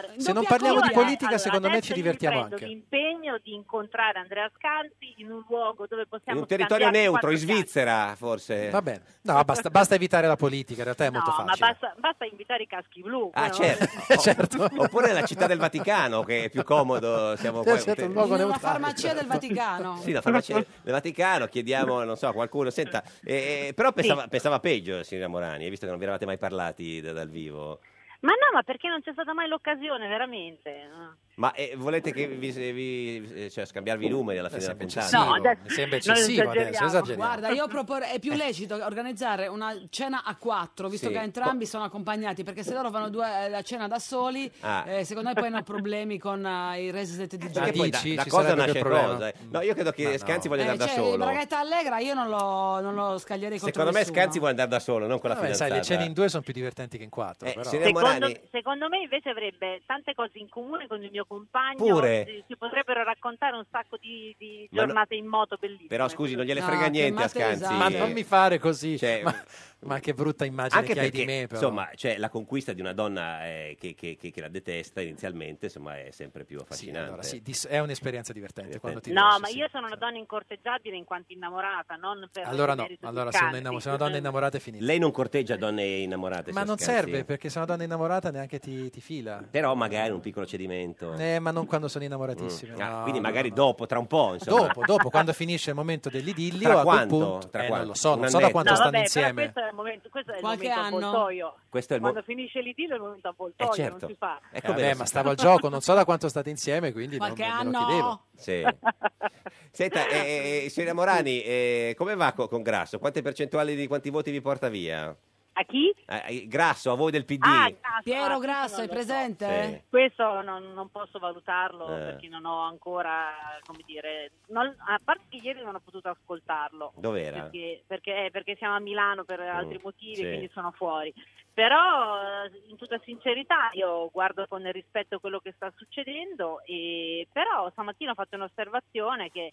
di politica, secondo me ci divertiamo anche. L'impegno di incontrare Andrea Scanzi in un luogo dove possiamo in un territorio neutro, in Svizzera, forse. Va bene. No, basta evitare la politica, in realtà è molto facile. Ma basta invitare i caschi blu. Certo. Oppure la città del Vaticano, che è più comodo, siamo la farmacia del Vaticano. Sì, la farmacia del Vaticano, chiediamo, non so, a qualcuno. Senta, però pensava peggio, signora Morani, visto che non vi eravate mai parlati dal vivo. Ma no, ma perché non c'è stata mai l'occasione, veramente? Ma volete che scambiarvi i numeri alla fine della puntata? No, adesso mi sembra eccessivo adesso, esageriamo. Guarda, io è più lecito organizzare una cena a 4, visto che entrambi sono accompagnati, perché se loro vanno a cena da soli, secondo me poi hanno problemi con i resident di perché poi da cosa nasce cosa? No, io credo che Scanzi voglia andare da solo. Margherita Allegra io non lo scaglierei contro secondo me Scanzi vuole andare da solo, non con la fidanzata. Sai, le cene in 2 sono più divertenti che in 4. Secondo me invece avrebbe tante cose in comune con il mio compagno. Pure. Si potrebbero raccontare un sacco di giornate in moto bellissime. Però scusi, non gliene frega niente a Scanzi. Ma non mi fare così. Ma che brutta immagine anche che perché, hai di me, però. Insomma, la conquista di una donna che la detesta inizialmente, insomma, è sempre più affascinante. È un'esperienza divertente. Quando ti ma io sono una donna incorteggiabile in quanto innamorata, non per allora se una donna innamorata è finita. Lei non corteggia donne innamorate? Ma non serve, perché se una donna innamorata neanche ti fila. Però magari un piccolo cedimento. Ma non quando sono innamoratissime. Quindi magari dopo, tra un po', insomma. Dopo, quando finisce il momento dell'idillio. Tra a quanto? quel punto, non lo so da quanto stanno insieme. Questo è il qualche momento anno. avvoltoio. Quando finisce l'idillio è il momento avvoltoio, certo. non si fa. Ma stavo al gioco, non so da quanto state insieme, quindi qualche non me lo anno. chiedevo. Sì. Senta, signora Morani, come va con Grasso? Quante percentuali di quanti voti vi porta via? A chi? Grasso, a voi del PD. Piero Grasso, è presente? Sì. Questo non posso valutarlo perché non ho ancora, come dire, a parte che ieri non ho potuto ascoltarlo. Dov'era? Perché siamo a Milano per altri motivi, quindi sono fuori. Però in tutta sincerità io guardo con rispetto quello che sta succedendo, però stamattina ho fatto un'osservazione che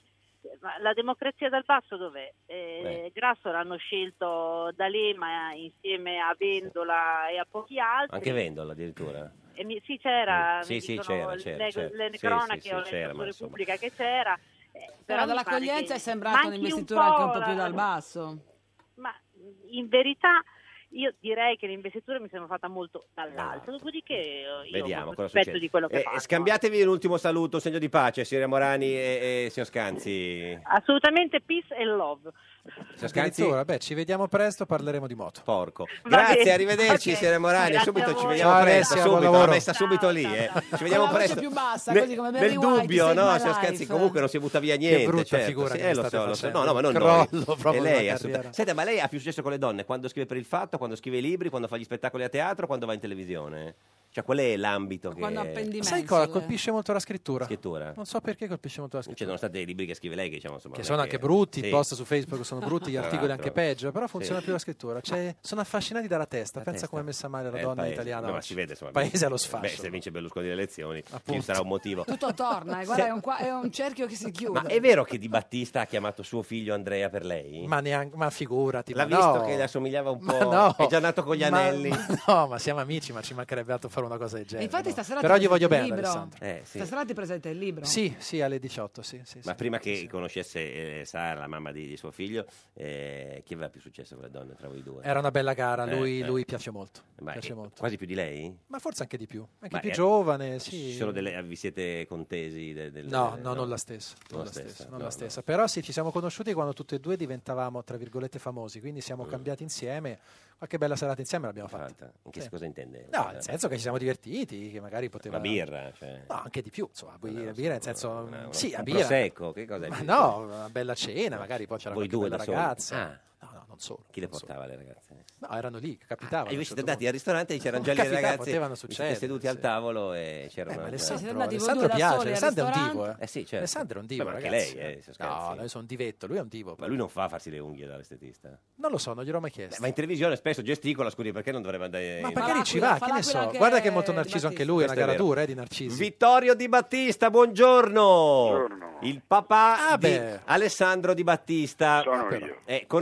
Ma la democrazia dal basso dov'è? Grasso l'hanno scelto D'Alema insieme a Vendola e a pochi altri. Anche Vendola addirittura. Sì, c'era. Sì, c'era. Le cronache ho letto su Repubblica che c'era. Però dall'accoglienza è sembrata un'investitura anche un po' più dal basso. Ma in verità io direi che l'investitura mi sembra fatta molto dall'alto, dopodiché io vediamo cosa rispetto succede. di quello che fa. Scambiatevi un ultimo saluto, un segno di pace, signora Morani e signor Scanzi. Assolutamente peace and love. Addirittura, ci vediamo presto, parleremo di moto. Porco. Grazie, arrivederci, signora Morani. Subito ci vediamo presto. Subito, l'ha messa subito lì. Ci vediamo presto. Più bassa, così come nel dubbio, no, signor Scanzi, comunque non si butta via niente. Che brutta certo. figura che lo state so. facendo. No, ma non Crollo noi. proprio E lei, della assolutamente. Senta, ma lei ha più successo con le donne quando scrive per Il Fatto, quando scrive libri, quando fa gli spettacoli a teatro, quando va in televisione? Cioè, qual è l'ambito che... Sai cosa? Colpisce molto la scrittura. Scrittura? Non so perché colpisce molto la scrittura. Ci sono stati dei libri che scrive lei che diciamo insomma... Che sono anche brutti, sì. i post su Facebook sono brutti, gli Tra articoli l'altro. anche peggio, però funziona Sì. più la scrittura. Sono affascinati dalla testa, pensa come è messa male la Il donna paese. italiana No, ma oggi. si vede, insomma, Paese allo sfascio. se vince Berlusconi le elezioni ci Appunto. sarà un motivo. Tutto torna, guarda, è un cerchio che si chiude. Ma è vero che Di Battista ha chiamato suo figlio Andrea per lei? Ma figurati. L'ha ma visto no. che le assomigliava un po'? Ma no. È già nato con gli anelli? No, ma siamo amici, ma ci mancherebbe altro fare una cosa del genere. Infatti no. stasera Però ti gli voglio presenta bene il libro. Alessandro. Sì. Stasera ti presenta il libro? Sì, alle 18, sì. Ma prima che conoscesse Sara, la mamma di suo figlio, chi aveva più successo con le donne tra voi due? Era una bella gara, lui piace molto. Piace molto. Quasi più di lei? Ma forse anche di più. Anche Ma più giovane, sì. Ci sono vi siete contesi? No, non la stessa. Non la stessa. Però sì, ci siamo conosciuti quando tutti e due diventavamo, tra virgolette, famosi, quindi siamo cambiati insieme. Qualche bella serata insieme l'abbiamo fatta. In che cosa intende? No, nel senso che ci siamo divertiti, che magari poteva... La birra? Cioè... No, anche di più, insomma, birra nel senso... sì, a un birra. prosecco? Che cosa è? Ma no, una bella cena, magari poi c'era Voi qualche due bella da soli? ragazza. Ah. No, non solo. Chi le portava le ragazze? No, erano lì, capitavano. E voi a un siete certo andati al ristorante e c'erano già le Capitava, ragazze potevano succedere, seduti al tavolo e c'erano... ma siete andati voi Alessandro due da piace, soli al Alessandro è un ristorante? divo. sì, certo. Alessandro è un divo, Ma anche ragazzi. lei, se No, scherzi. noi sono un divetto, lui è un divo. Ma lui non fa farsi le unghie dall'estetista? Non lo so, non gliel'ho mai chiesto. Ma in televisione spesso gesticola, scusi, perché non dovrebbe andare... Ma magari ci va, che ne so. Guarda che è molto narciso anche lui, è una Questo è gara vero. dura di narcisi. Vittorio Di Battista, buongiorno. Il papà di beh. Alessandro Di Battista. Sono io.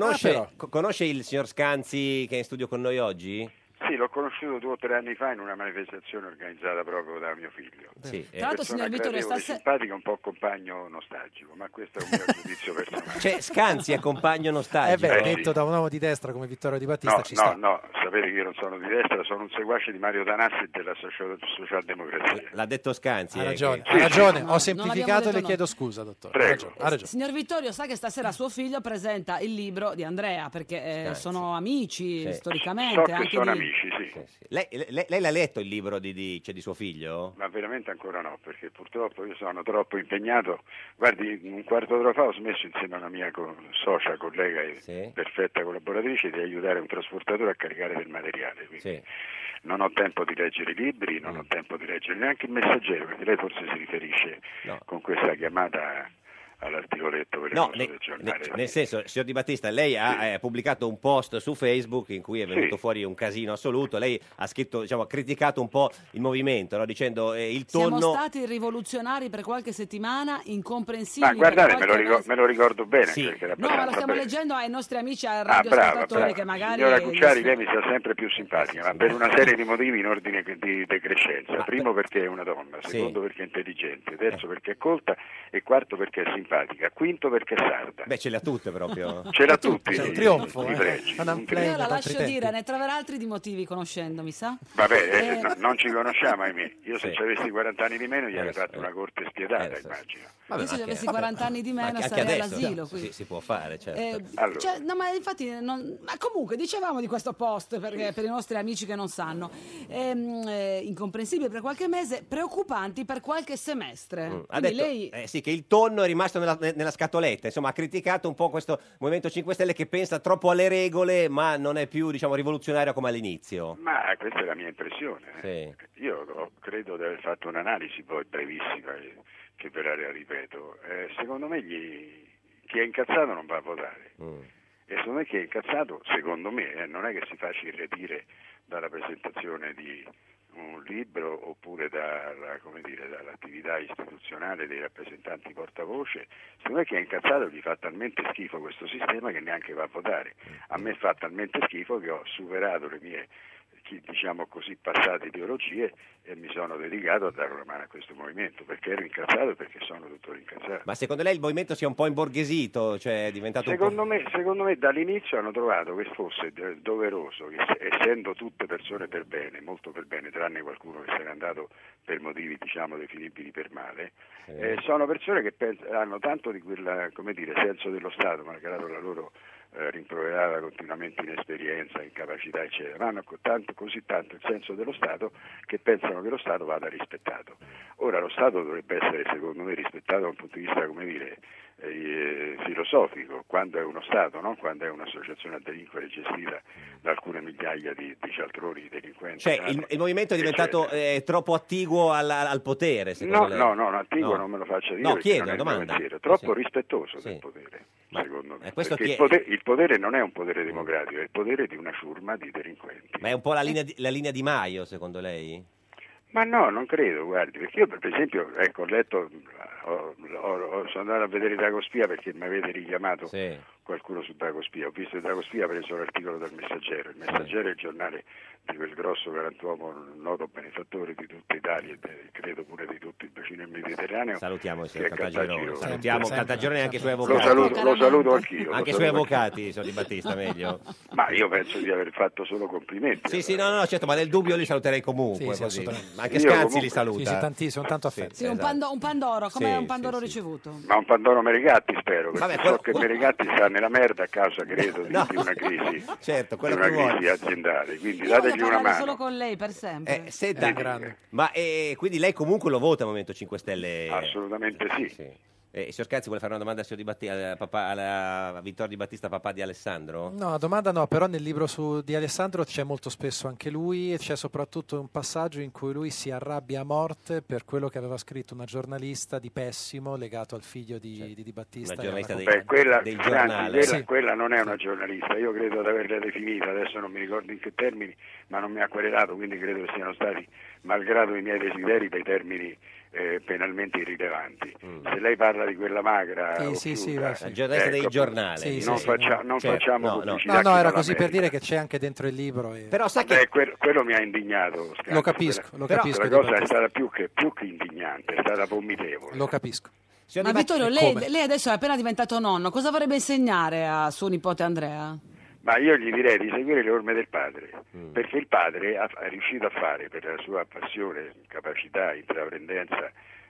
Conosce il signor Scanzi che è in studio con noi oggi? Sì, l'ho conosciuto 2 o 3 anni fa in una manifestazione organizzata proprio da mio figlio. Sì, Tra l'altro, signor Vittorio, simpatico, un po' compagno nostalgico, ma questo è un mio giudizio personale. Cioè, Scanzi è compagno nostalgico. Detto da un uomo di destra come Vittorio Di Battista ci sta. No, sapete che io non sono di destra, sono un seguace di Mario Danassi e della socialdemocrazia. L'ha detto Scanzi. Ha ragione, che- ha ragione. No, Ho non semplificato l'abbiamo e le detto chiedo scusa, dottore. Prego. Ha ragione. Signor Vittorio, sa che stasera suo figlio presenta il libro di Andrea, perché sono amici Sì. storicamente. So che anche sono di- amici, sì. Lei l'ha letto il libro di suo figlio? Ma veramente ancora no, perché purtroppo io sono troppo impegnato. Guardi, un quarto d'ora fa ho smesso insieme a una mia socia, collega e perfetta collaboratrice di aiutare un trasportatore a caricare del materiale. Quindi non ho tempo di leggere i libri, non ho tempo di leggere neanche il Messaggero, perché lei forse si riferisce con questa chiamata all'articoletto velenoso del giornale. Nel senso, signor Di Battista, lei ha pubblicato un post su Facebook in cui è venuto fuori un casino assoluto. Lei ha scritto, ha criticato un po' il movimento, no? Dicendo il tonno... Siamo stati rivoluzionari per qualche settimana, incomprensibili. Ma guardate, per qualche mese. me lo ricordo bene. Sì. Perché era No, ma lo abbastanza stiamo bene. leggendo ai nostri amici al Brava, radioascoltatori che magari... Signora Cucciari, lei mi sta sempre più simpatica, ma per una serie di motivi in ordine di decrescenza. Primo perché è una donna, secondo perché è intelligente, terzo perché è colta e quarto perché è simpatica, quinto perché è sarda. Beh, ce le ha tutte proprio. Ce l'ha tutti. C'è un trionfo, i pregi. Io la lascio dire, ne troverà altri di motivi conoscendomi, sa? Vabbè, non ci conosciamo, ahimè. Io se ci avessi 40 anni di meno gli avrei fatto una corte spietata, immagino. Io se avessi 40 anni di meno Anche sarei adesso all'asilo. Quindi. si può fare, certo. Cioè, no, ma infatti, ma comunque dicevamo di questo post perché per i nostri amici che non sanno, incomprensibile per qualche mese, preoccupanti per qualche semestre. Ha Quindi detto lei... che il tonno è rimasto nella scatoletta, insomma ha criticato un po' questo Movimento 5 Stelle che pensa troppo alle regole ma non è più rivoluzionario come all'inizio. Ma questa è la mia impressione. Io credo di aver fatto un'analisi poi brevissima che per area ripeto. Secondo me chi è incazzato non va a votare. E secondo me chi è incazzato, secondo me, non è che si faccia irretire dalla presentazione di un libro oppure dall'attività istituzionale dei rappresentanti portavoce, secondo me chi è incazzato gli fa talmente schifo questo sistema che neanche va a votare. A me fa talmente schifo che ho superato le mie, diciamo così, passate ideologie e mi sono dedicato a dare una mano a questo movimento, perché ero incazzato e perché sono tuttora incazzato. Ma secondo lei il movimento si è un po' imborghesito, cioè è diventato secondo me dall'inizio hanno trovato che fosse doveroso, che essendo tutte persone per bene, molto per bene, tranne qualcuno che se n'è andato per motivi diciamo definibili per male, sono persone che hanno tanto di quel senso dello Stato, malgrado la loro rimproverata continuamente inesperienza, incapacità eccetera, ma hanno così tanto il senso dello Stato che pensano che lo Stato vada rispettato. Ora lo Stato dovrebbe essere secondo me rispettato da un punto di vista filosofico, quando è uno Stato, non quando è un'associazione a delinquere gestita da alcune migliaia di cialtroni delinquenti. Cioè il movimento è diventato troppo attiguo al potere, secondo lei? No, attiguo non me lo faccia dire. No, chiedo, domanda. Troppo rispettoso del potere. Secondo me, perché il potere non è un potere democratico, è il potere di una ciurma di delinquenti. Ma è un po' la linea Di Maio, secondo lei? Ma no, non credo, guardi, perché io per esempio, ecco, ho letto, sono andato a vedere Dagospia perché mi avete richiamato qualcuno su Dagospia, ho visto che Dagospia ha preso l'articolo del Messaggero, il Messaggero è il giornale di quel grosso galantuomo, noto benefattore di tutta Italia e credo pure di tutto il bacino del Mediterraneo. Salutiamo il signor Caltagirone, salutiamo Caltagirone e anche i suoi avvocati. Lo saluto anch'io. Anche i suoi avvocati, sono Di Battista, meglio. Ma io penso di aver fatto solo complimenti. Sì, no, certo, ma nel dubbio li saluterei comunque. Così. Anche Scanzi li saluta. Sì, sono tanto affetti. Sì, un Pandoro, come un Pandoro ricevuto? Ma un Pandoro Meregatti spero, perché so che Meregatti sta nella merda a causa, credo, di una crisi, certo, di una crisi aziendale, quindi io dategli una mano. Solo con lei per sempre. Senta, ma quindi lei comunque lo vota al Movimento 5 Stelle? Assolutamente sì. Signor Cazzi vuole fare una domanda al signor alla Vittorio Di Battista, papà di Alessandro? No, domanda no, però nel libro di Alessandro c'è molto spesso anche lui e c'è soprattutto un passaggio in cui lui si arrabbia a morte per quello che aveva scritto una giornalista di Pessimo legato al figlio di Di Battista. Una giornalista del giornale. Quella non è una giornalista, io credo di averla definita, adesso non mi ricordo in che termini, ma non mi ha querelato, quindi credo che siano stati, malgrado i miei desideri, dei termini penalmente irrilevanti. Se lei parla di quella magra la giornalista dei giornali, non facciamo pubblicità. No, era così per dire che c'è anche dentro il libro. Però sa che quello mi ha indignato. Scanzi. Lo capisco. La cosa è stata più che indignante, è stata vomitevole. Lo capisco. Ma Vittorio, lei adesso è appena diventato nonno, cosa vorrebbe insegnare a suo nipote Andrea? Ma io gli direi di seguire le orme del padre, perché il padre è riuscito a fare, per la sua passione, capacità, intraprendenza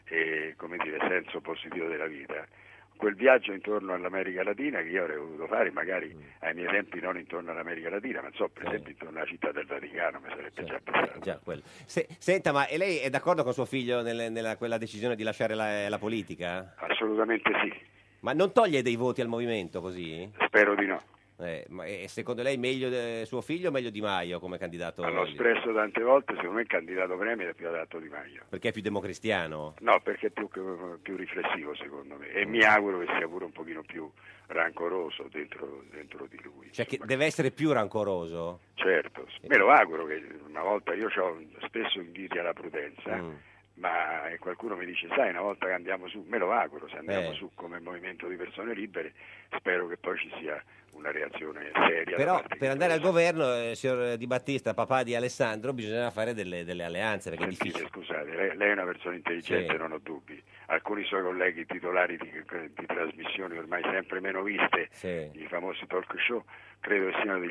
e senso positivo della vita, quel viaggio intorno all'America Latina che io avrei voluto fare, magari ai miei tempi non intorno all'America Latina, ma per esempio intorno alla città del Vaticano mi sarebbe già passato. Quello. Senta, ma lei è d'accordo con suo figlio nella quella decisione di lasciare la politica? Assolutamente sì. Ma non toglie dei voti al movimento così? Spero di no. Ma secondo lei meglio suo figlio o meglio Di Maio come candidato? L'ho espresso tante volte, secondo me il candidato premier è più adatto Di Maio. Perché è più democristiano? No, perché è più riflessivo secondo me e mi auguro che sia pure un pochino più rancoroso dentro di lui. Cioè che deve essere più rancoroso? Certo, me lo auguro, che una volta io ho spesso inviti alla prudenza. Ma qualcuno mi dice, sai, una volta che andiamo su, me lo auguro, se andiamo su come movimento di persone libere, spero che poi ci sia una reazione seria. Però per andare al governo, signor Di Battista, papà di Alessandro, bisogna fare delle alleanze, perché è difficile. Scusate, lei è una persona intelligente, non ho dubbi. Alcuni suoi colleghi titolari di trasmissioni ormai sempre meno viste, i famosi talk show, credo che siano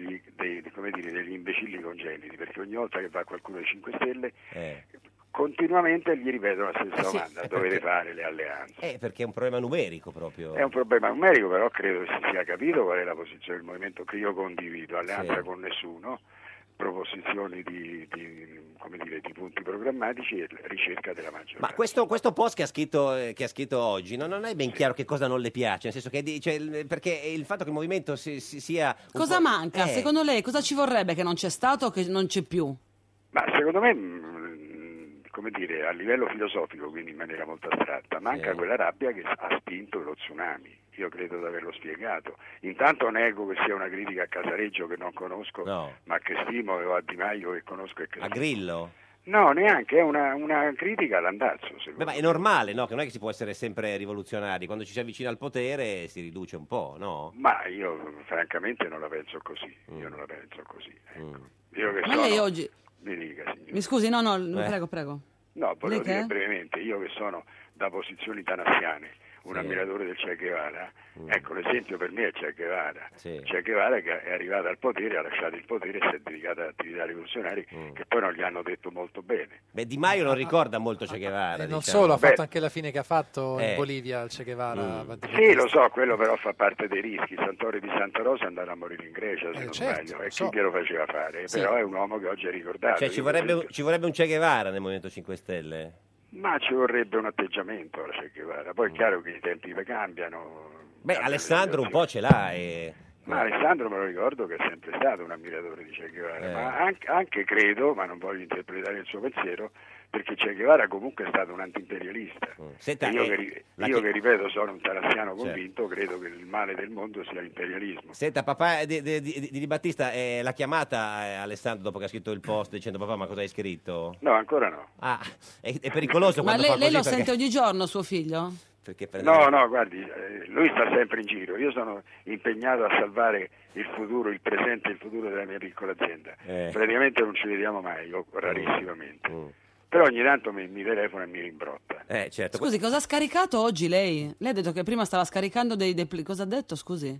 degli imbecilli congeniti, perché ogni volta che va qualcuno dei 5 Stelle continuamente gli ripetono la stessa domanda, dovete fare le alleanze. Perché è un problema numerico proprio. È un problema numerico, però credo che si sia capito qual è la posizione del movimento che io condivido, alleanza con nessuno, proposizioni di punti programmatici e ricerca della maggioranza. Ma questo post che ha scritto oggi non è ben chiaro che cosa non le piace, nel senso che perché il fatto che il movimento sia cosa manca? Secondo lei cosa ci vorrebbe che non c'è stato o che non c'è più? Ma secondo me a livello filosofico, quindi in maniera molto astratta, manca quella rabbia che ha spinto lo tsunami. Io credo di averlo spiegato. Intanto nego che sia una critica a Casareggio che non conosco, ma che stimo, o a Di Maio che conosco e che a Grillo? No, neanche, è una critica all'andazzo. Ma è normale, no? Che non è che si può essere sempre rivoluzionari, quando ci si avvicina al potere si riduce un po', no? Ma io francamente non la penso così, ecco. Io che Ma lei oggi... Mi dica, signora. Mi scusi, no, prego. No, volevo dire brevemente, io che sono da posizioni tanassiane, un ammiratore del Che Guevara, ecco, l'esempio per me è Che Guevara. Che Guevara che è arrivato al potere, ha lasciato il potere e si è dedicato ad attività rivoluzionarie che poi non gli hanno detto molto bene. Beh, Di Maio non ricorda molto Che Guevara. Non solo, ha fatto anche la fine che ha fatto in Bolivia il Che Guevara. Sì, lo so, quello però fa parte dei rischi. Sant'Ore di Santa Rosa è andato a morire in Grecia, se non sbaglio, e chi glielo faceva fare? Sì. Però è un uomo che oggi è ricordato. Cioè ci vorrebbe un Che Guevara nel Movimento 5 Stelle? Ma ci vorrebbe un atteggiamento alla Che Guevara, poi è chiaro che i tempi cambiano. Beh, Alessandro un po' ce l'ha. Ma Alessandro me lo ricordo che è sempre stato un ammiratore di Che Guevara, ma anche credo, ma non voglio interpretare il suo pensiero, perché Che Guevara comunque è stato un antiimperialista. Senta, io che ripeto sono un tarassiano convinto, credo che il male del mondo sia l'imperialismo. Senta, papà di Battista, l'ha chiamata Alessandro dopo che ha scritto il post dicendo papà ma cosa hai scritto? No, ancora no. Ah, è pericoloso ma quando fa così. Ma lei lo perché... sente ogni giorno suo figlio? No, guardi, lui sta sempre in giro, io sono impegnato a salvare il futuro, il presente e il futuro della mia piccola azienda. Praticamente non ci vediamo mai, o rarissimamente. Però ogni tanto mi telefona e mi rimbrotta. Certo. Scusi, cosa ha scaricato oggi lei? Lei ha detto che prima stava scaricando cosa ha detto, scusi?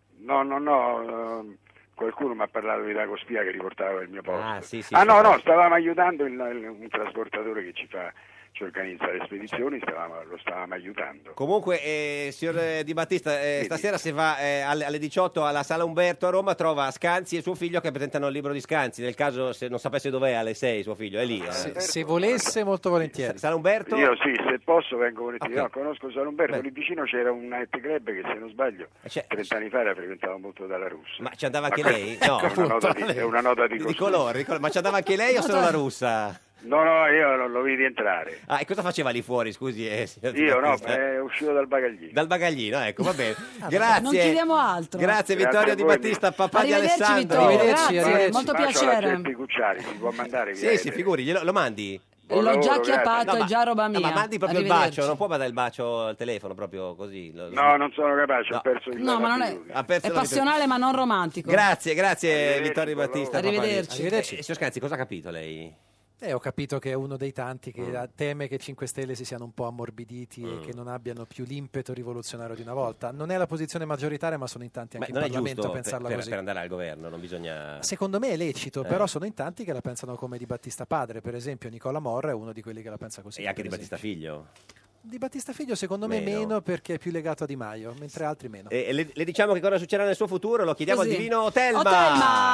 No, qualcuno mi ha parlato di Dago Spia che riportava il mio posto. No, stavamo aiutando un trasportatore che ci organizza le spedizioni, lo stavamo aiutando. Comunque, signor Di Battista, stasera si va alle 18 alla Sala Umberto a Roma, trova Scanzi e suo figlio che presentano il libro di Scanzi, nel caso se non sapesse dov'è alle 6 suo figlio, è lì. Se volesse, molto volentieri. Sala Umberto? Io sì, se posso vengo volentieri. Okay. No, conosco Sala Umberto, lì vicino c'era un night club che se non sbaglio 30 anni fa era frequentato molto dalla Russa. Ma ci andava anche lei? No, è una nota di colore. Ma ci andava anche lei o solo la Russa? No, io non lo vidi entrare. E cosa faceva lì fuori, scusi? Io è uscito dal bagaglino. Dal bagaglino, ecco, va bene. Grazie. Non chiediamo altro. Grazie Vittorio Di Battista, papà di Alessandro. Arrivederci. Molto piacere. Cucciari, si può mandare via. Sì, figuri, lo mandi? L'ho già chiappato, è già roba mia. Ma mandi proprio il bacio, non può mandare il bacio al telefono proprio così. No, non sono capace, ho perso il No, ma non è passionale ma non romantico. Grazie Vittorio Di Battista. Arrivederci. Signor Scanzi, cosa ha capito lei? Ho capito che è uno dei tanti che teme che i 5 Stelle si siano un po' ammorbiditi e che non abbiano più l'impeto rivoluzionario di una volta. Non è la posizione maggioritaria, ma sono in tanti anche in Parlamento a pensarla così. Per andare al governo non bisogna... Secondo me è lecito, però sono in tanti che la pensano come Di Battista padre. Per esempio Nicola Morra è uno di quelli che la pensa così. E anche Di Battista figlio? Di Battista figlio secondo me meno perché è più legato a Di Maio, mentre altri meno. Le diciamo che cosa succederà nel suo futuro? Lo chiediamo al divino Telma.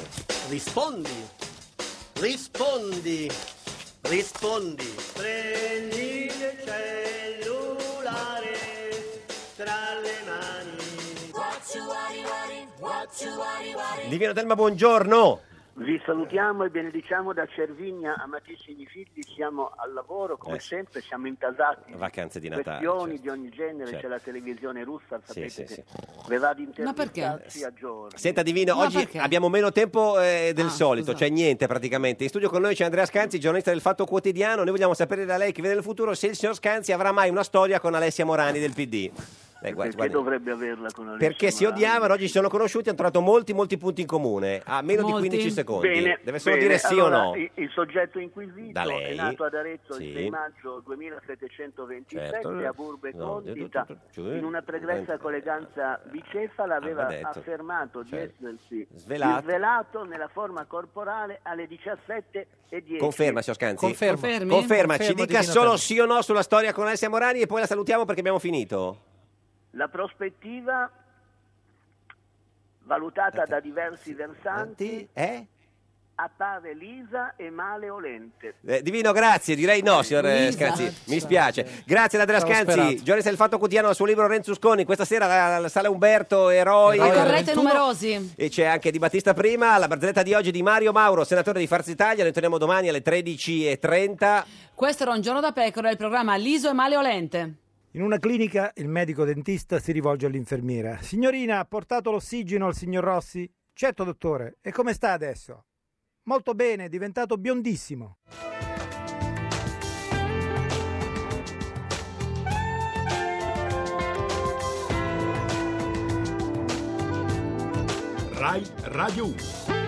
Rispondi. Prendi il cellulare tra le mani. Divino Telma, buongiorno. Vi salutiamo e benediciamo da Cervigna, amatissimi figli, siamo al lavoro, come sempre, siamo intasati. Vacanze di Natale. Questioni di ogni genere, c'è la televisione russa, sapete che ve va di intervistarsi a giorni. Senta Divino, oggi abbiamo meno tempo del solito, cioè niente praticamente. In studio con noi c'è Andrea Scanzi, giornalista del Fatto Quotidiano. Noi vogliamo sapere da lei che vede nel futuro se il signor Scanzi avrà mai una storia con Alessia Morani del PD. Perché dovrebbe averla con Alessia Perché si odiavano, oggi si sono conosciuti e hanno trovato molti punti in comune, a meno di 15 secondi. Deve solo dire sì o no. Il soggetto inquisito è nato ad Arezzo il 6 maggio 2727 a Burbe Condita. In una pregressa colleganza bicefala aveva affermato di essersi svelato nella forma corporale alle 17:10. Conferma, signor Scanzi? Conferma, ci dica solo sì o no sulla storia con Alessia Morani e poi la salutiamo perché abbiamo finito. La prospettiva, valutata da diversi versanti, appare lisa e maleolente. Divino, grazie. Direi no, signor Scanzi. Mi spiace. Grazie ad Andrea Scanzi, giornalista del Fatto Quotidiano, al suo libro Renzusconi. Questa sera alla Sala Umberto, Eroi. Correte numerosi. E c'è anche Di Battista prima. La barzelletta di oggi di Mario Mauro, senatore di Forza Italia. Noi torniamo domani alle 13:30. Questo era Un giorno da pecora, il programma Liso e maleolente. In una clinica il medico dentista si rivolge all'infermiera. Signorina, ha portato l'ossigeno al signor Rossi? Certo, dottore. E come sta adesso? molto bene, è diventato biondissimo. Rai Radio 1.